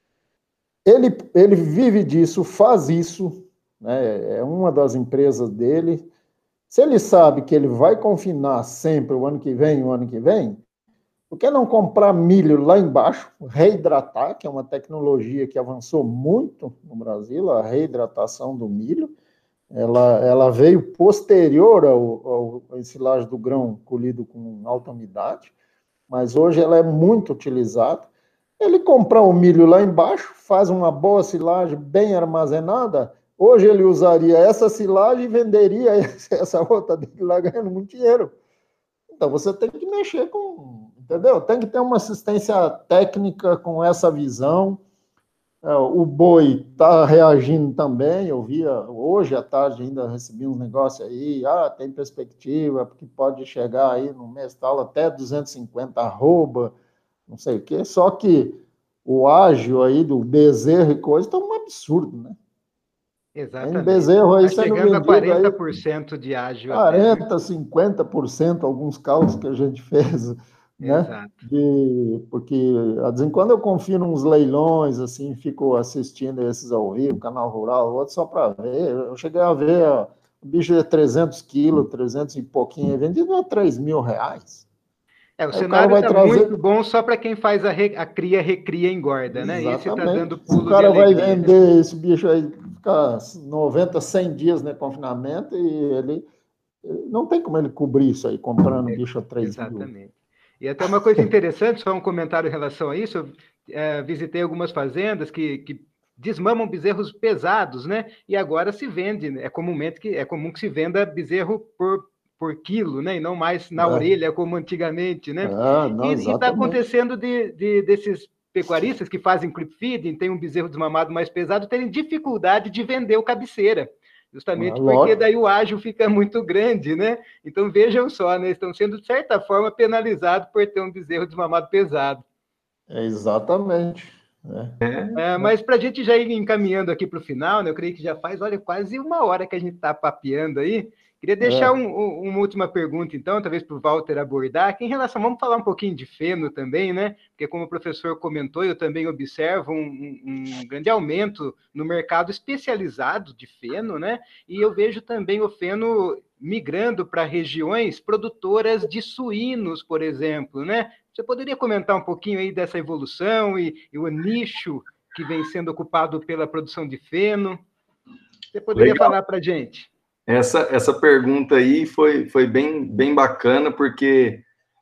ele, ele vive disso, faz isso, né? É uma das empresas dele. Se ele sabe que ele vai confinar sempre o ano que vem, o ano que vem, por que não comprar milho lá embaixo, reidratar, que é uma tecnologia que avançou muito no Brasil, a reidratação do milho, ela, ela veio posterior ao, ao ensilagem do grão colhido com alta umidade, mas hoje ela é muito utilizada. Ele comprar o milho lá embaixo, faz uma boa silagem bem armazenada, hoje ele usaria essa silagem e venderia essa outra dele lá ganhando muito dinheiro. Então você tem que mexer com, entendeu? Tem que ter uma assistência técnica com essa visão. O boi está reagindo também, eu via hoje à tarde ainda recebi um negócio aí, ah, tem perspectiva, porque pode chegar aí no mês tal até duzentos e cinquenta arroba, não sei o quê, só que o ágio aí do bezerro e coisa está um absurdo, né? Exatamente. Tem bezerro aí Está sendo chegando vendido a quarenta por cento aí, de ágio. quarenta, cinquenta por cento, alguns cálculos que a gente fez, né? Exato. De, porque, de vez em quando eu confio nos leilões, assim, fico assistindo esses ao vivo, Canal Rural, outro só para ver. Eu cheguei a ver ó, o bicho de trezentos quilos, trezentos e pouquinho, vendido a três mil reais. É, o Aí o cara cenário vai está trazer... muito bom só para quem faz a, re... a cria, recria, engorda, né? Esse está dando pulo o cara de vai alegria. vender esse bicho aí, ficar noventa, cem dias no confinamento e ele... Não tem como ele cobrir isso aí, comprando bicho a três mil. Exatamente. E até uma coisa interessante, só um comentário em relação a isso, eu é, visitei algumas fazendas que, que desmamam bezerros pesados, né? E agora se vende, é comumente que é comum que se venda bezerro por, por quilo, né? E não mais na é. orelha como antigamente, né? Ah, não, e está acontecendo de, de, desses pecuaristas que fazem clip feeding, tem um bezerro desmamado mais pesado, terem dificuldade de vender o cabeceira. Justamente porque daí o ágio fica muito grande, né? Então, vejam só, né? Estão sendo, de certa forma, penalizados por ter um bezerro desmamado pesado. É exatamente. Né? É, mas para a gente já ir encaminhando aqui para o final, né? Eu creio que já faz, olha, quase uma hora que a gente está papeando aí. Queria deixar é. um, um, uma última pergunta, então, talvez para o Walter abordar, que em relação, vamos falar um pouquinho de feno também, né? Porque como o professor comentou, eu também observo um, um, um grande aumento no mercado especializado de feno, né? E eu vejo também o feno migrando para regiões produtoras de suínos, por exemplo, né? Você poderia comentar um pouquinho aí dessa evolução e, e o nicho que vem sendo ocupado pela produção de feno? Você poderia Legal. falar para a gente? Essa, essa pergunta aí foi, foi bem, bem bacana, porque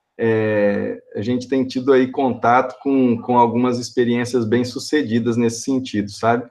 é, a gente tem tido aí contato com, com algumas experiências bem-sucedidas nesse sentido, sabe?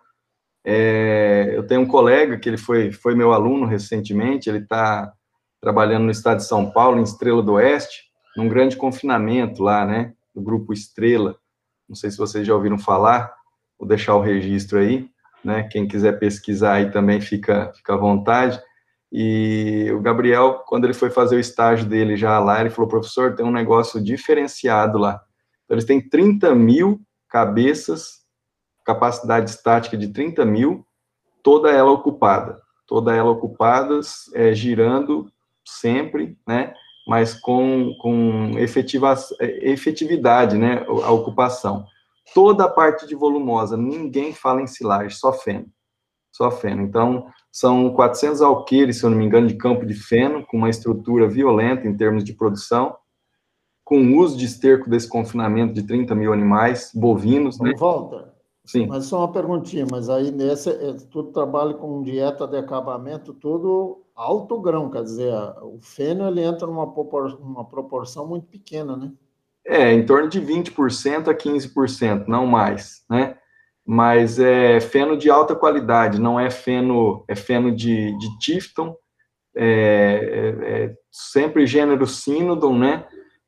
É, eu tenho um colega que ele foi, foi meu aluno recentemente, ele está trabalhando no estado de São Paulo, em Estrela do Oeste, num grande confinamento lá, né, do Grupo Estrela. Não sei se vocês já ouviram falar, vou deixar o registro aí, né, quem quiser pesquisar aí também fica, fica à vontade. E o Gabriel, quando ele foi fazer o estágio dele já lá, ele falou, professor, tem um negócio diferenciado lá. Então, eles têm trinta mil cabeças, capacidade estática de trinta mil, toda ela ocupada. Toda ela ocupada, é, girando sempre, né? Mas com, com efetiva, efetividade, né? A ocupação. Toda a parte de volumosa, ninguém fala em silagem, só feno. Só feno. Então, são quatrocentos alqueires, se eu não me engano, de campo de feno, com uma estrutura violenta em termos de produção, com uso de esterco desse confinamento de trinta mil animais, bovinos, né? Volta. Sim. Mas só uma perguntinha, mas aí nesse, é, tudo trabalho com dieta de acabamento, tudo alto grão, quer dizer, o feno ele entra numa propor, uma proporção muito pequena, né? É, em torno de vinte por cento a quinze por cento, não mais, né? Mas é feno de alta qualidade, não é feno, é feno de, de Tifton, é, é, é sempre gênero Cynodon, né?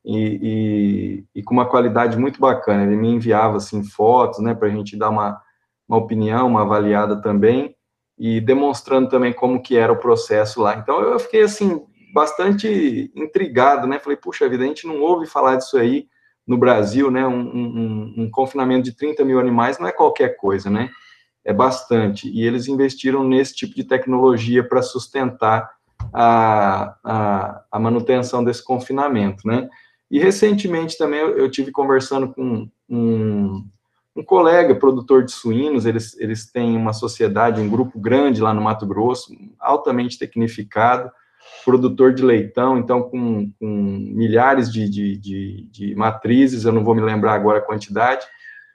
E, e, e com uma qualidade muito bacana. Ele me enviava, assim, fotos, né, para a gente dar uma, uma opinião, uma avaliada também, e demonstrando também como que era o processo lá. Então, eu fiquei, assim, bastante intrigado, né? Falei, puxa vida, a gente não ouve falar disso aí no Brasil, né? Um, um, um confinamento de trinta mil animais não é qualquer coisa, né? É bastante. E eles investiram nesse tipo de tecnologia para sustentar a, a, a manutenção desse confinamento, né? E recentemente também eu, eu tive conversando com um, um colega produtor de suínos, eles, eles têm uma sociedade, um grupo grande lá no Mato Grosso, altamente tecnificado, produtor de leitão, então com, com milhares de, de, de, de matrizes, eu não vou me lembrar agora a quantidade,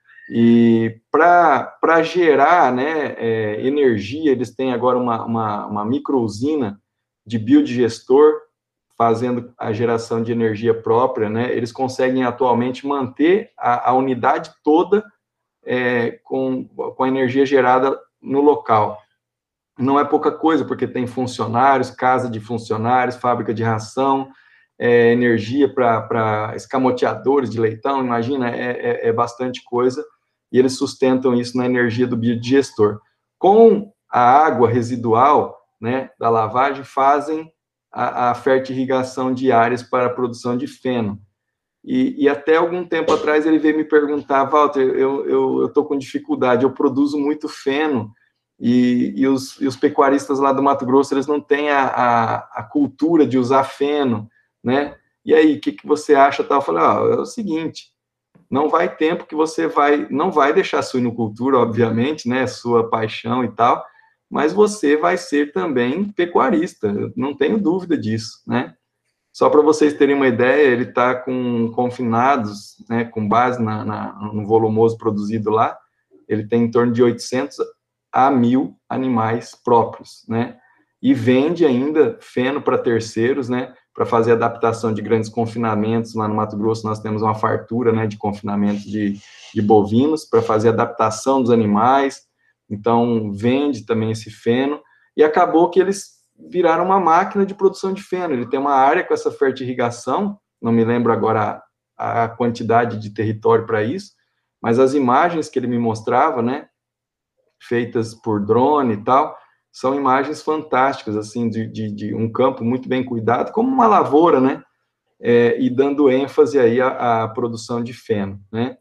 e para gerar, né, é, energia, eles têm agora uma, uma, uma micro-usina de biodigestor, fazendo a geração de energia própria, né, eles conseguem atualmente manter a, a unidade toda é, com, com a energia gerada no local. Não é pouca coisa, porque tem funcionários, casa de funcionários, fábrica de ração, é, energia para escamoteadores de leitão, imagina, é, é, é bastante coisa, e eles sustentam isso na energia do biodigestor. Com a água residual, né, da lavagem, fazem a, a fertirrigação de áreas para a produção de feno. E, e até algum tempo atrás ele veio me perguntar, Walter, eu estou com dificuldade, eu produzo muito feno, e, e, os, e os pecuaristas lá do Mato Grosso, eles não têm a, a, a cultura de usar feno, né? E aí, o que, que você acha? Tal? Eu falei, ó, é o seguinte, não vai tempo que você vai, não vai deixar a suinocultura, obviamente, né, sua paixão e tal, mas você vai ser também pecuarista, eu não tenho dúvida disso, né? Só para vocês terem uma ideia, ele está com confinados, né, com base na, na, no volumoso produzido lá, ele tem em torno de oitocentos a mil animais próprios, né? E vende ainda feno para terceiros, né? Para fazer adaptação de grandes confinamentos. Lá no Mato Grosso nós temos uma fartura, né, de confinamento de, de bovinos para fazer adaptação dos animais. Então vende também esse feno e acabou que eles viraram uma máquina de produção de feno. Ele tem uma área com essa fertirrigação, não me lembro agora a, a quantidade de território para isso, mas as imagens que ele me mostrava, né, feitas por drone e tal, são imagens fantásticas, assim, de, de, de um campo muito bem cuidado, como uma lavoura, né? É, e dando ênfase aí à, à produção de feno, né?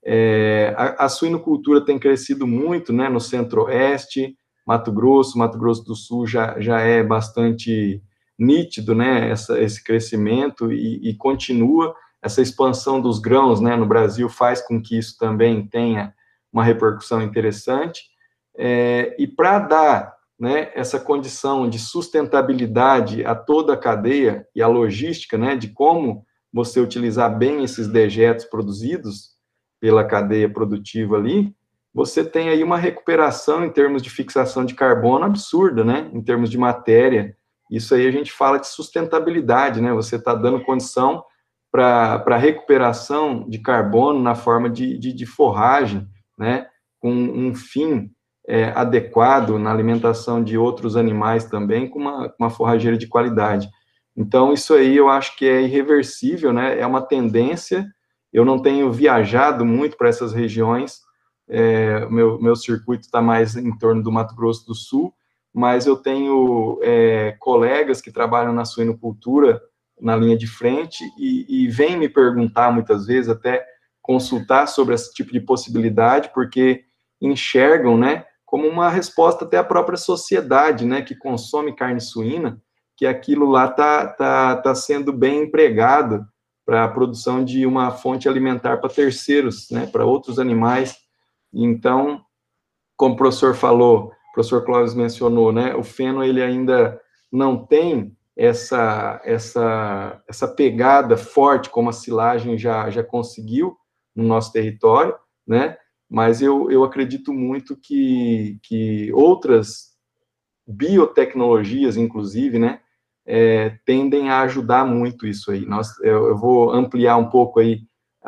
É, a, a suinocultura tem crescido muito, né, no centro-oeste, Mato Grosso, Mato Grosso do Sul já, já é bastante nítido, né, essa, esse crescimento e, e continua. Essa expansão dos grãos, né, no Brasil faz com que isso também tenha uma repercussão interessante, é, e para dar, né, essa condição de sustentabilidade a toda a cadeia e a logística, né, de como você utilizar bem esses dejetos produzidos pela cadeia produtiva ali, você tem aí uma recuperação em termos de fixação de carbono absurda, né, em termos de matéria. Isso aí a gente fala de sustentabilidade, né, você está dando condição para a recuperação de carbono na forma de, de, de forragem, né, com um fim é, adequado na alimentação de outros animais também, com uma, uma forrageira de qualidade. Então, isso aí eu acho que é irreversível, né, é uma tendência. Eu não tenho viajado muito para essas regiões, é, meu, meu circuito está mais em torno do Mato Grosso do Sul, mas eu tenho é, colegas que trabalham na suinocultura na linha de frente e, e vêm me perguntar muitas vezes, até consultar sobre esse tipo de possibilidade, porque enxergam, né, como uma resposta até à própria sociedade, né, que consome carne suína, que aquilo lá está tá, tá sendo bem empregado para a produção de uma fonte alimentar para terceiros, né, para outros animais. Então, como o professor falou, o professor Clóvis mencionou, né, o feno ele ainda não tem essa, essa, essa pegada forte como a silagem já, já conseguiu no nosso território, né, mas eu, eu acredito muito que, que outras biotecnologias, inclusive, né, é, tendem a ajudar muito isso aí. Nós, eu, eu vou ampliar um pouco aí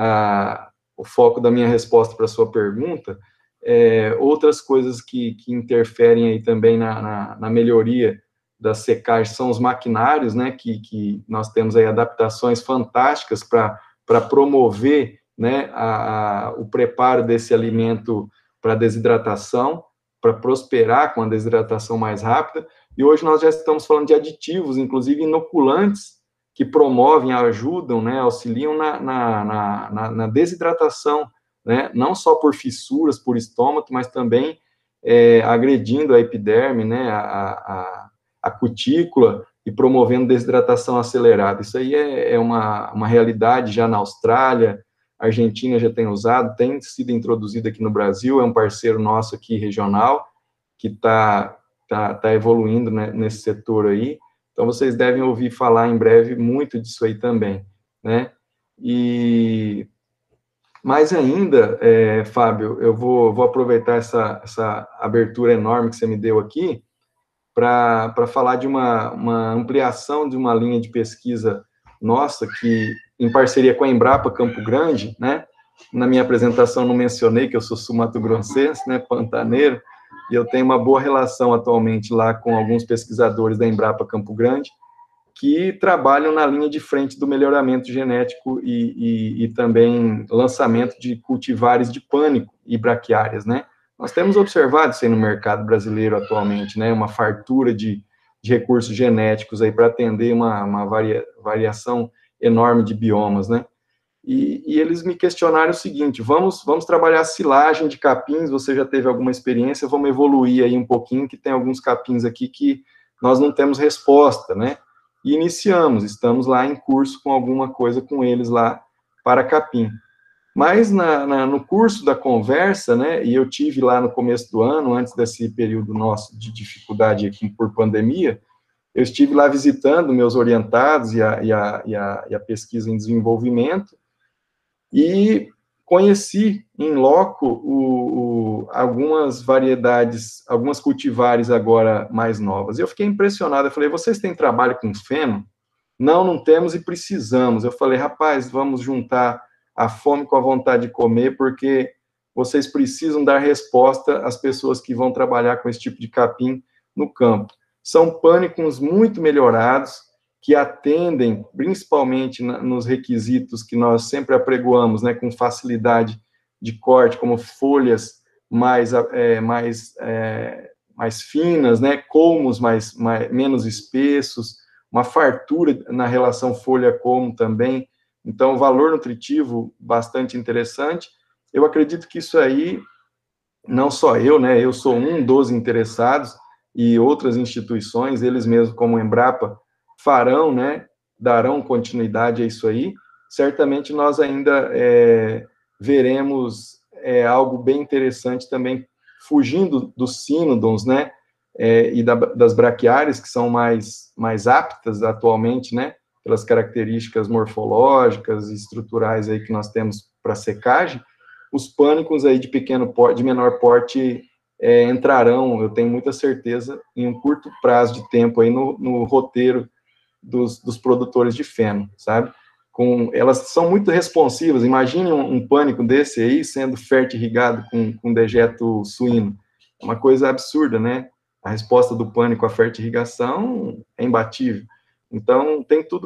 a, o foco da minha resposta para a sua pergunta. É, outras coisas que, que interferem aí também na, na, na melhoria da secagem são os maquinários, né, que, que nós temos aí adaptações fantásticas para promover, né, a, a, o preparo desse alimento para desidratação, para prosperar com a desidratação mais rápida, e hoje nós já estamos falando de aditivos, inclusive inoculantes, que promovem, ajudam, né, auxiliam na, na, na, na desidratação, né, não só por fissuras, por estômago, mas também é, agredindo a epiderme, né, a, a, a cutícula, e promovendo desidratação acelerada. Isso aí é, é uma, uma realidade já na Austrália, a Argentina já tem usado, tem sido introduzido aqui no Brasil, é um parceiro nosso aqui regional, que está tá, tá evoluindo, né, nesse setor aí. Então, vocês devem ouvir falar em breve muito disso aí também, né? E mais ainda, é, Fábio, eu vou, vou aproveitar essa, essa abertura enorme que você me deu aqui para falar de uma, uma ampliação de uma linha de pesquisa nossa, que, em parceria com a Embrapa Campo Grande, né? Na minha apresentação não mencionei que eu sou sul-mato-grossense, né, pantaneiro, e eu tenho uma boa relação atualmente lá com alguns pesquisadores da Embrapa Campo Grande, que trabalham na linha de frente do melhoramento genético e, e, e também lançamento de cultivares de pânico e braquiárias, né? Nós temos observado isso aí no mercado brasileiro atualmente, né? Uma fartura de, de recursos genéticos aí para atender uma, uma varia, variação enorme de biomas, né? E, e eles me questionaram o seguinte: vamos, vamos trabalhar silagem de capins, você já teve alguma experiência, vamos evoluir aí um pouquinho, que tem alguns capins aqui que nós não temos resposta, né? E iniciamos, estamos lá em curso com alguma coisa com eles lá para capim. Mas na, na, no curso da conversa, né, e eu tive lá no começo do ano, antes desse período nosso de dificuldade aqui por pandemia, eu estive lá visitando meus orientados e a, e a, e a, e a pesquisa em desenvolvimento, e conheci em loco o, o, algumas variedades, algumas cultivares agora mais novas. Eu fiquei impressionado, eu falei, vocês têm trabalho com feno? Não, não temos e precisamos. Eu falei, rapaz, vamos juntar a fome com a vontade de comer, porque vocês precisam dar resposta às pessoas que vão trabalhar com esse tipo de capim no campo. São pânicos muito melhorados, que atendem principalmente na, nos requisitos que nós sempre apregoamos, né, com facilidade de corte, como folhas mais, é, mais, é, mais finas, né, colmos mais, mais, menos espessos, uma fartura na relação folha-colmo também, então valor nutritivo bastante interessante. Eu acredito que isso aí, não só eu, né, eu sou um dos interessados, e outras instituições, eles mesmos como a Embrapa, farão, né, darão continuidade a isso aí. Certamente nós ainda é, veremos é, algo bem interessante também, fugindo dos sínodons, né, é, e da, das braquiárias, que são mais, mais aptas atualmente, né, pelas características morfológicas e estruturais aí que nós temos para secagem. Os pânicos aí de pequeno porte, de menor porte, é, entrarão, eu tenho muita certeza, em um curto prazo de tempo aí no, no roteiro dos, dos produtores de feno, sabe? Com, elas são muito responsivas, imagine um, um pânico desse aí sendo fertirrigado com, com dejeto suíno, é uma coisa absurda, né? A resposta do pânico à fertirrigação é imbatível. Então, tem tudo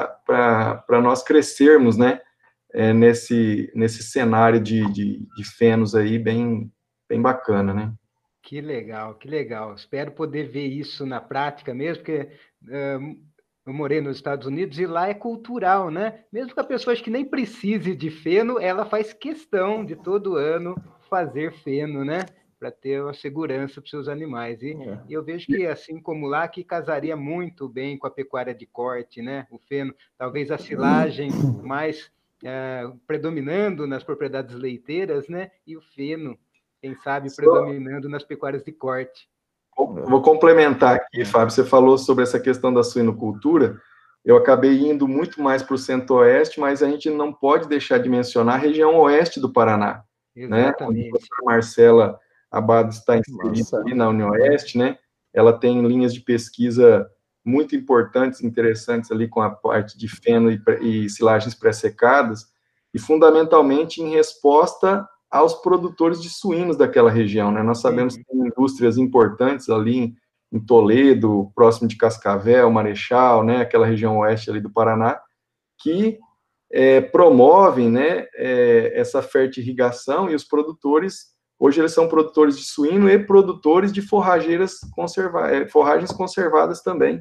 para nós crescermos, né? É, nesse, nesse cenário de, de, de fenos aí, bem, bem bacana, né? Que legal, que legal. Espero poder ver isso na prática mesmo, porque uh, eu morei nos Estados Unidos e lá é cultural, né? Mesmo que a pessoa que nem precise de feno, ela faz questão de todo ano fazer feno, né? Para ter uma segurança para os seus animais. E, é. e eu vejo que, assim como lá, que casaria muito bem com a pecuária de corte, né? O feno, talvez a silagem mais uh, predominando nas propriedades leiteiras, né? E o feno, quem sabe, predominando nas pecuárias de corte. Vou complementar aqui, Fábio, você falou sobre essa questão da suinocultura, eu acabei indo muito mais para o centro-oeste, mas a gente não pode deixar de mencionar a região oeste do Paraná, exatamente, né? A professora Marcela Abado está inserida ali na Unioeste, né? Ela tem linhas de pesquisa muito importantes, interessantes ali com a parte de feno e, e silagens pré-secadas, e fundamentalmente em resposta aos produtores de suínos daquela região, né? Nós sabemos que tem indústrias importantes ali em, em Toledo, próximo de Cascavel, Marechal, né? Aquela região oeste ali do Paraná, que é, promovem, né? É, essa fertirrigação, e os produtores, hoje eles são produtores de suíno e produtores de forrageiras conserva é, forragens conservadas também.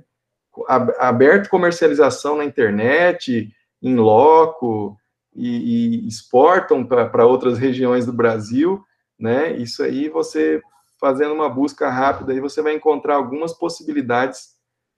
Aberto comercialização na internet, em loco, e, e exportam para outras regiões do Brasil, né? Isso aí, você fazendo uma busca rápida, aí você vai encontrar algumas possibilidades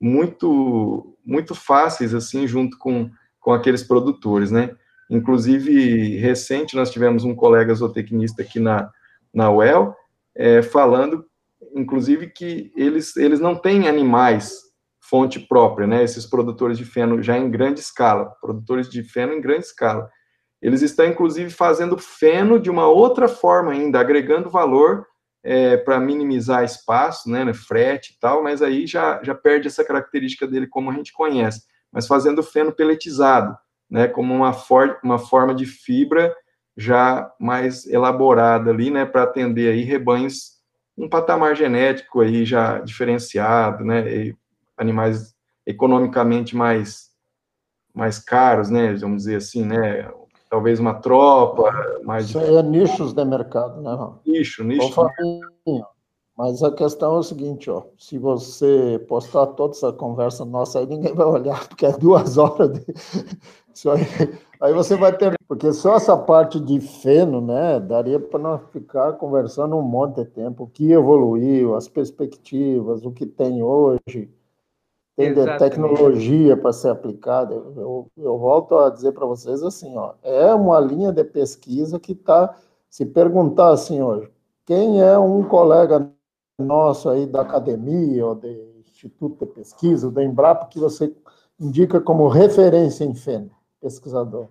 muito, muito fáceis, assim, junto com, com aqueles produtores, né? Inclusive, recente, nós tivemos um colega zootecnista aqui na, na U E L, é, falando, inclusive, que eles, eles não têm animais fonte própria, né? Esses produtores de feno já em grande escala, produtores de feno em grande escala. Eles estão, inclusive, fazendo feno de uma outra forma ainda, agregando valor é, para minimizar espaço, né, frete e tal, mas aí já, já perde essa característica dele como a gente conhece, mas fazendo feno peletizado, né, como uma, for, uma forma de fibra já mais elaborada ali, né, para atender aí rebanhos, um patamar genético aí já diferenciado, né, e animais economicamente mais, mais caros, né, vamos dizer assim, né, talvez uma tropa, mais... Isso aí é nichos de mercado, né? Nicho, nicho. Ô, Fabinho, mas a questão é o seguinte, ó, se você postar toda essa conversa nossa aí, ninguém vai olhar, porque é duas horas de... Isso aí, aí você vai ter... Porque só essa parte de feno, né, daria para nós ficar conversando um monte de tempo, o que evoluiu, as perspectivas, o que tem hoje... Tem de tecnologia para ser aplicada. Eu, eu volto a dizer para vocês assim, ó, é uma linha de pesquisa que está, se perguntar assim hoje, quem é um colega nosso aí da academia, ou do Instituto de Pesquisa, da Embrapa, que você indica como referência em feno, pesquisador?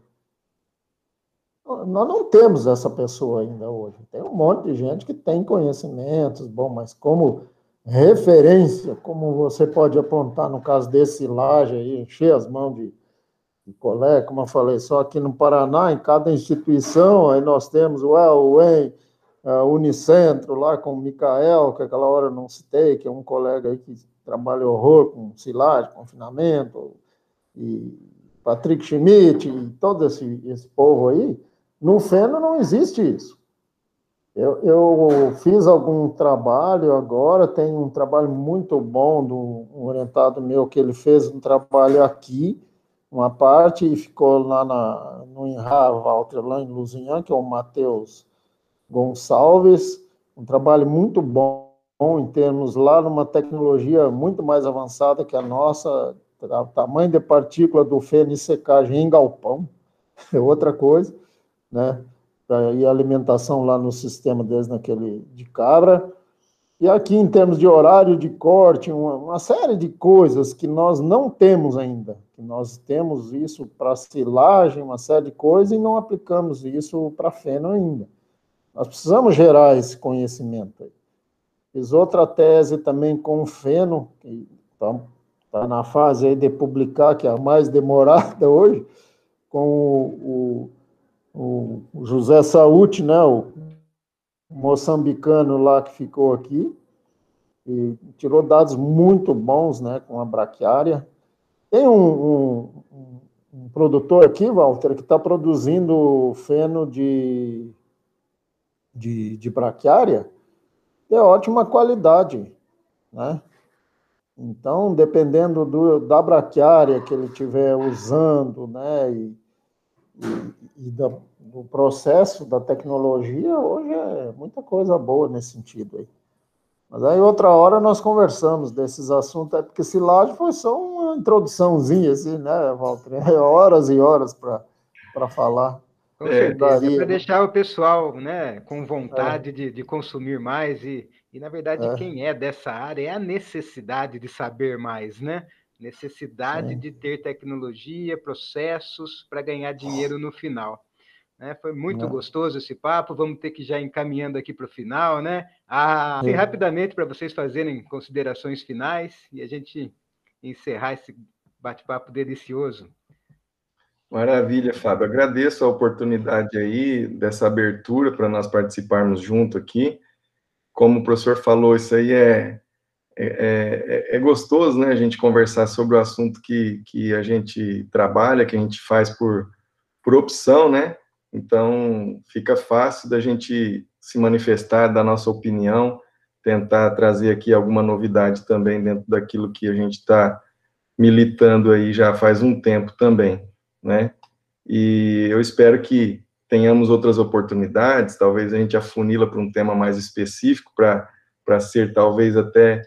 Nós não temos essa pessoa ainda hoje. Tem um monte de gente que tem conhecimentos, bom, mas como referência, como você pode apontar no caso desse laje aí, encher as mãos de, de colega, como eu falei, só aqui no Paraná, em cada instituição, aí nós temos o El, o UEM, a Unicentro, lá com o Micael, que aquela hora eu não citei, que é um colega aí que trabalha horror com silagem, confinamento, e Patrick Schmidt, e todo esse, esse povo aí. No feno não existe isso. Eu, eu fiz algum trabalho agora, tem um trabalho muito bom do um orientado meu, que ele fez um trabalho aqui, uma parte, e ficou lá na, no Inha, Walter, lá em Luzinhã, que é o Matheus Gonçalves, um trabalho muito bom em termos lá numa tecnologia muito mais avançada que a nossa, o tamanho de partícula do feno e secagem em galpão, é outra coisa, né? E a alimentação lá no sistema deles, naquele de cabra. E aqui, em termos de horário de corte, uma, uma série de coisas que nós não temos ainda. Que nós temos isso para silagem, uma série de coisas, e não aplicamos isso para feno ainda. Nós precisamos gerar esse conhecimento aí. Fiz outra tese também com feno, que está tá na fase aí de publicar, que é a mais demorada hoje, com o, o, o José Saúti, né, o moçambicano lá que ficou aqui, e tirou dados muito bons, né, com a braquiária. Tem um, um, um produtor aqui, Walter, que está produzindo feno de, de, de braquiária, de ótima qualidade, né? Então, dependendo do, da braquiária que ele estiver usando, né, e, e, e da, do processo da tecnologia, hoje é muita coisa boa nesse sentido aí. Mas aí outra hora nós conversamos desses assuntos, é porque silagem foi só uma introduçãozinha, assim, né, Walter? É horas e horas para falar. Com certeza, é para Daria, né? deixar o pessoal, né, com vontade é. de, de consumir mais e, e, na verdade, é. quem é dessa área é a necessidade de saber mais, né? Necessidade Sim. de ter tecnologia, processos para ganhar dinheiro no final. Né? Foi muito é. gostoso esse papo, vamos ter que já encaminhando aqui para o final, né? Ah, assim, rapidamente para vocês fazerem considerações finais e a gente encerrar esse bate-papo delicioso. Maravilha, Fábio. Agradeço a oportunidade aí dessa abertura para nós participarmos junto aqui. Como o professor falou, isso aí é, é, é, é gostoso, né? A gente conversar sobre o assunto que, que a gente trabalha, que a gente faz por, por opção, né? Então, fica fácil da gente se manifestar, dar nossa opinião, tentar trazer aqui alguma novidade também dentro daquilo que a gente está militando aí já faz um tempo também, né? E eu espero que tenhamos outras oportunidades, talvez a gente afunila para um tema mais específico, para ser talvez até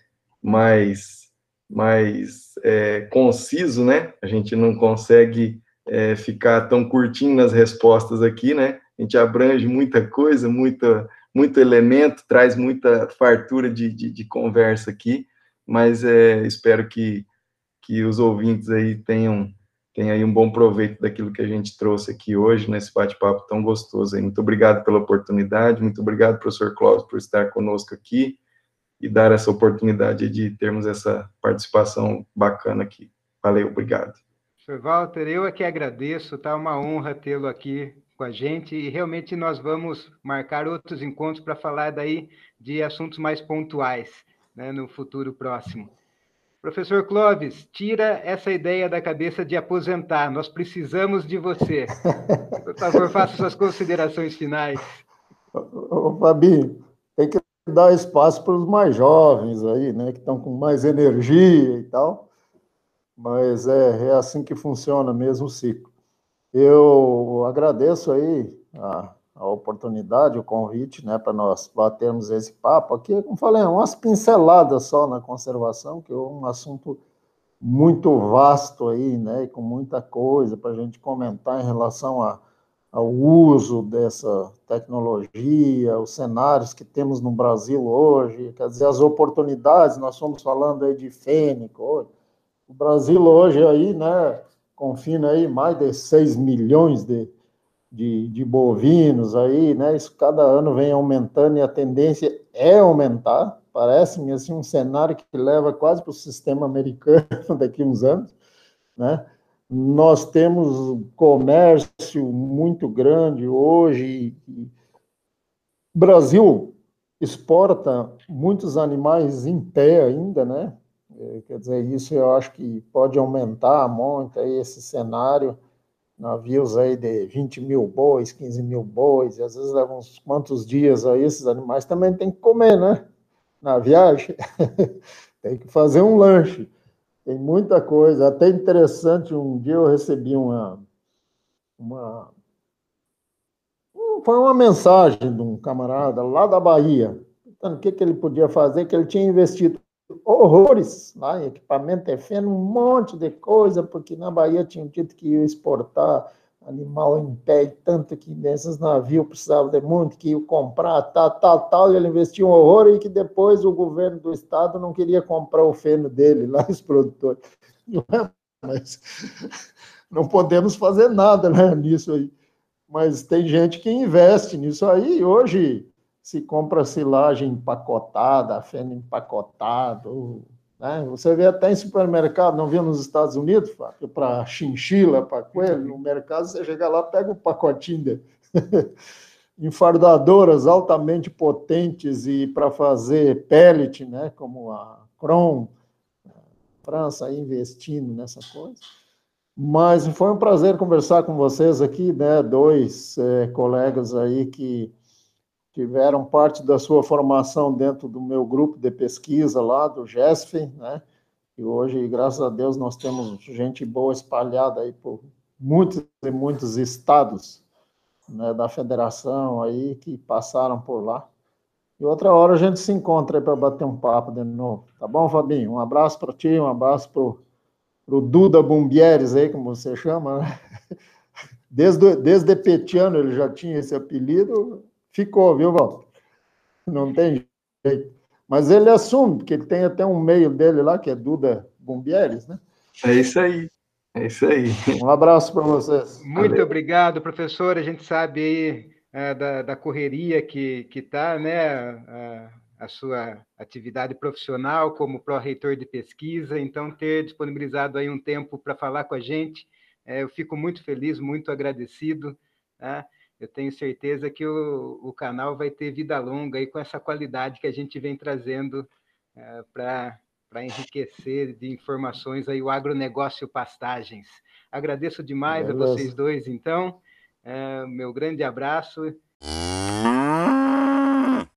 mais, mais é, conciso, né? A gente não consegue é, ficar tão curtinho nas respostas aqui, né? A gente abrange muita coisa, muita, muito elemento, traz muita fartura de, de, de conversa aqui, mas é, espero que, que os ouvintes aí tenham tenha aí um bom proveito daquilo que a gente trouxe aqui hoje, nesse bate-papo tão gostoso aí. Muito obrigado pela oportunidade, muito obrigado, professor Clóvis, por estar conosco aqui e dar essa oportunidade de termos essa participação bacana aqui. Valeu, obrigado. Professor Walter, eu é que agradeço, tá uma honra tê-lo aqui com a gente e realmente nós vamos marcar outros encontros para falar daí de assuntos mais pontuais, né, no futuro próximo. Professor Clóvis, tira essa ideia da cabeça de aposentar. Nós precisamos de você. Por favor, faça suas considerações finais. Ô, ô, Fabinho, tem que dar espaço para os mais jovens aí, né, que estão com mais energia e tal. Mas é, é assim que funciona mesmo o ciclo. Eu agradeço aí a, a oportunidade, o convite, né, para nós batermos esse papo aqui. Como falei, umas pinceladas só na conservação, que é um assunto muito vasto aí, né, e com muita coisa para a gente comentar em relação a, ao uso dessa tecnologia, os cenários que temos no Brasil hoje, quer dizer, as oportunidades, nós estamos falando aí de fênico hoje. O Brasil hoje aí, né, confina aí mais de seis milhões de De, de bovinos aí, né? Isso cada ano vem aumentando e a tendência é aumentar. Parece-me assim um cenário que leva quase para o sistema americano daqui a uns anos, né? Nós temos comércio muito grande hoje. O Brasil exporta muitos animais em pé ainda, né? Quer dizer, isso eu acho que pode aumentar muito aí esse cenário. navios aí de vinte mil bois, quinze mil bois, e às vezes levam uns quantos dias aí, esses animais também tem que comer, né? Na viagem, tem que fazer um lanche, tem muita coisa, até interessante, um dia eu recebi uma, uma foi uma mensagem de um camarada lá da Bahia, o que, que ele podia fazer, que ele tinha investido horrores lá em equipamento efeno, um monte de coisa, porque na Bahia tinham dito que ia exportar animal em pé, e tanto que nesses navios precisava de muito, que ia comprar, tal, tal, tal, e ele investiu um horror, e que depois o governo do estado não queria comprar o feno dele, lá os produtores. Mas não podemos fazer nada, né, nisso aí. Mas tem gente que investe nisso aí, e hoje se compra silagem empacotada, feno empacotado, né? Você vê até em supermercado, não vê nos Estados Unidos, para chinchila, para coelho, no mercado você chega lá, pega um pacotinho de enfardadoras altamente potentes e para fazer pellet, né? Como a Kron, a França aí investindo nessa coisa. Mas foi um prazer conversar com vocês aqui, né? Dois é, colegas aí que tiveram parte da sua formação dentro do meu grupo de pesquisa lá, do GESF, né? E hoje, graças a Deus, nós temos gente boa espalhada aí por muitos e muitos estados, né, da federação aí que passaram por lá. E outra hora a gente se encontra aí para bater um papo de novo. Tá bom, Fabinho? Um abraço para ti, um abraço para o Duda Bumbieres aí, como você chama, né? Desde, desde petiano ele já tinha esse apelido, ficou, viu, Walter? Não tem jeito. Mas ele assume, porque ele tem até um meio dele lá, que é Duda Bumbieres, né? É isso aí, é isso aí. Um abraço para vocês. Muito Valeu. Obrigado, professor. A gente sabe aí é, da, da correria que está, né, a, a sua atividade profissional como pró-reitor de pesquisa, então ter disponibilizado aí um tempo para falar com a gente, é, eu fico muito feliz, muito agradecido, tá? Eu tenho certeza que o, o canal vai ter vida longa aí com essa qualidade que a gente vem trazendo é, para para enriquecer de informações aí o agronegócio pastagens. Agradeço demais Beleza. a vocês dois, então. É, meu grande abraço.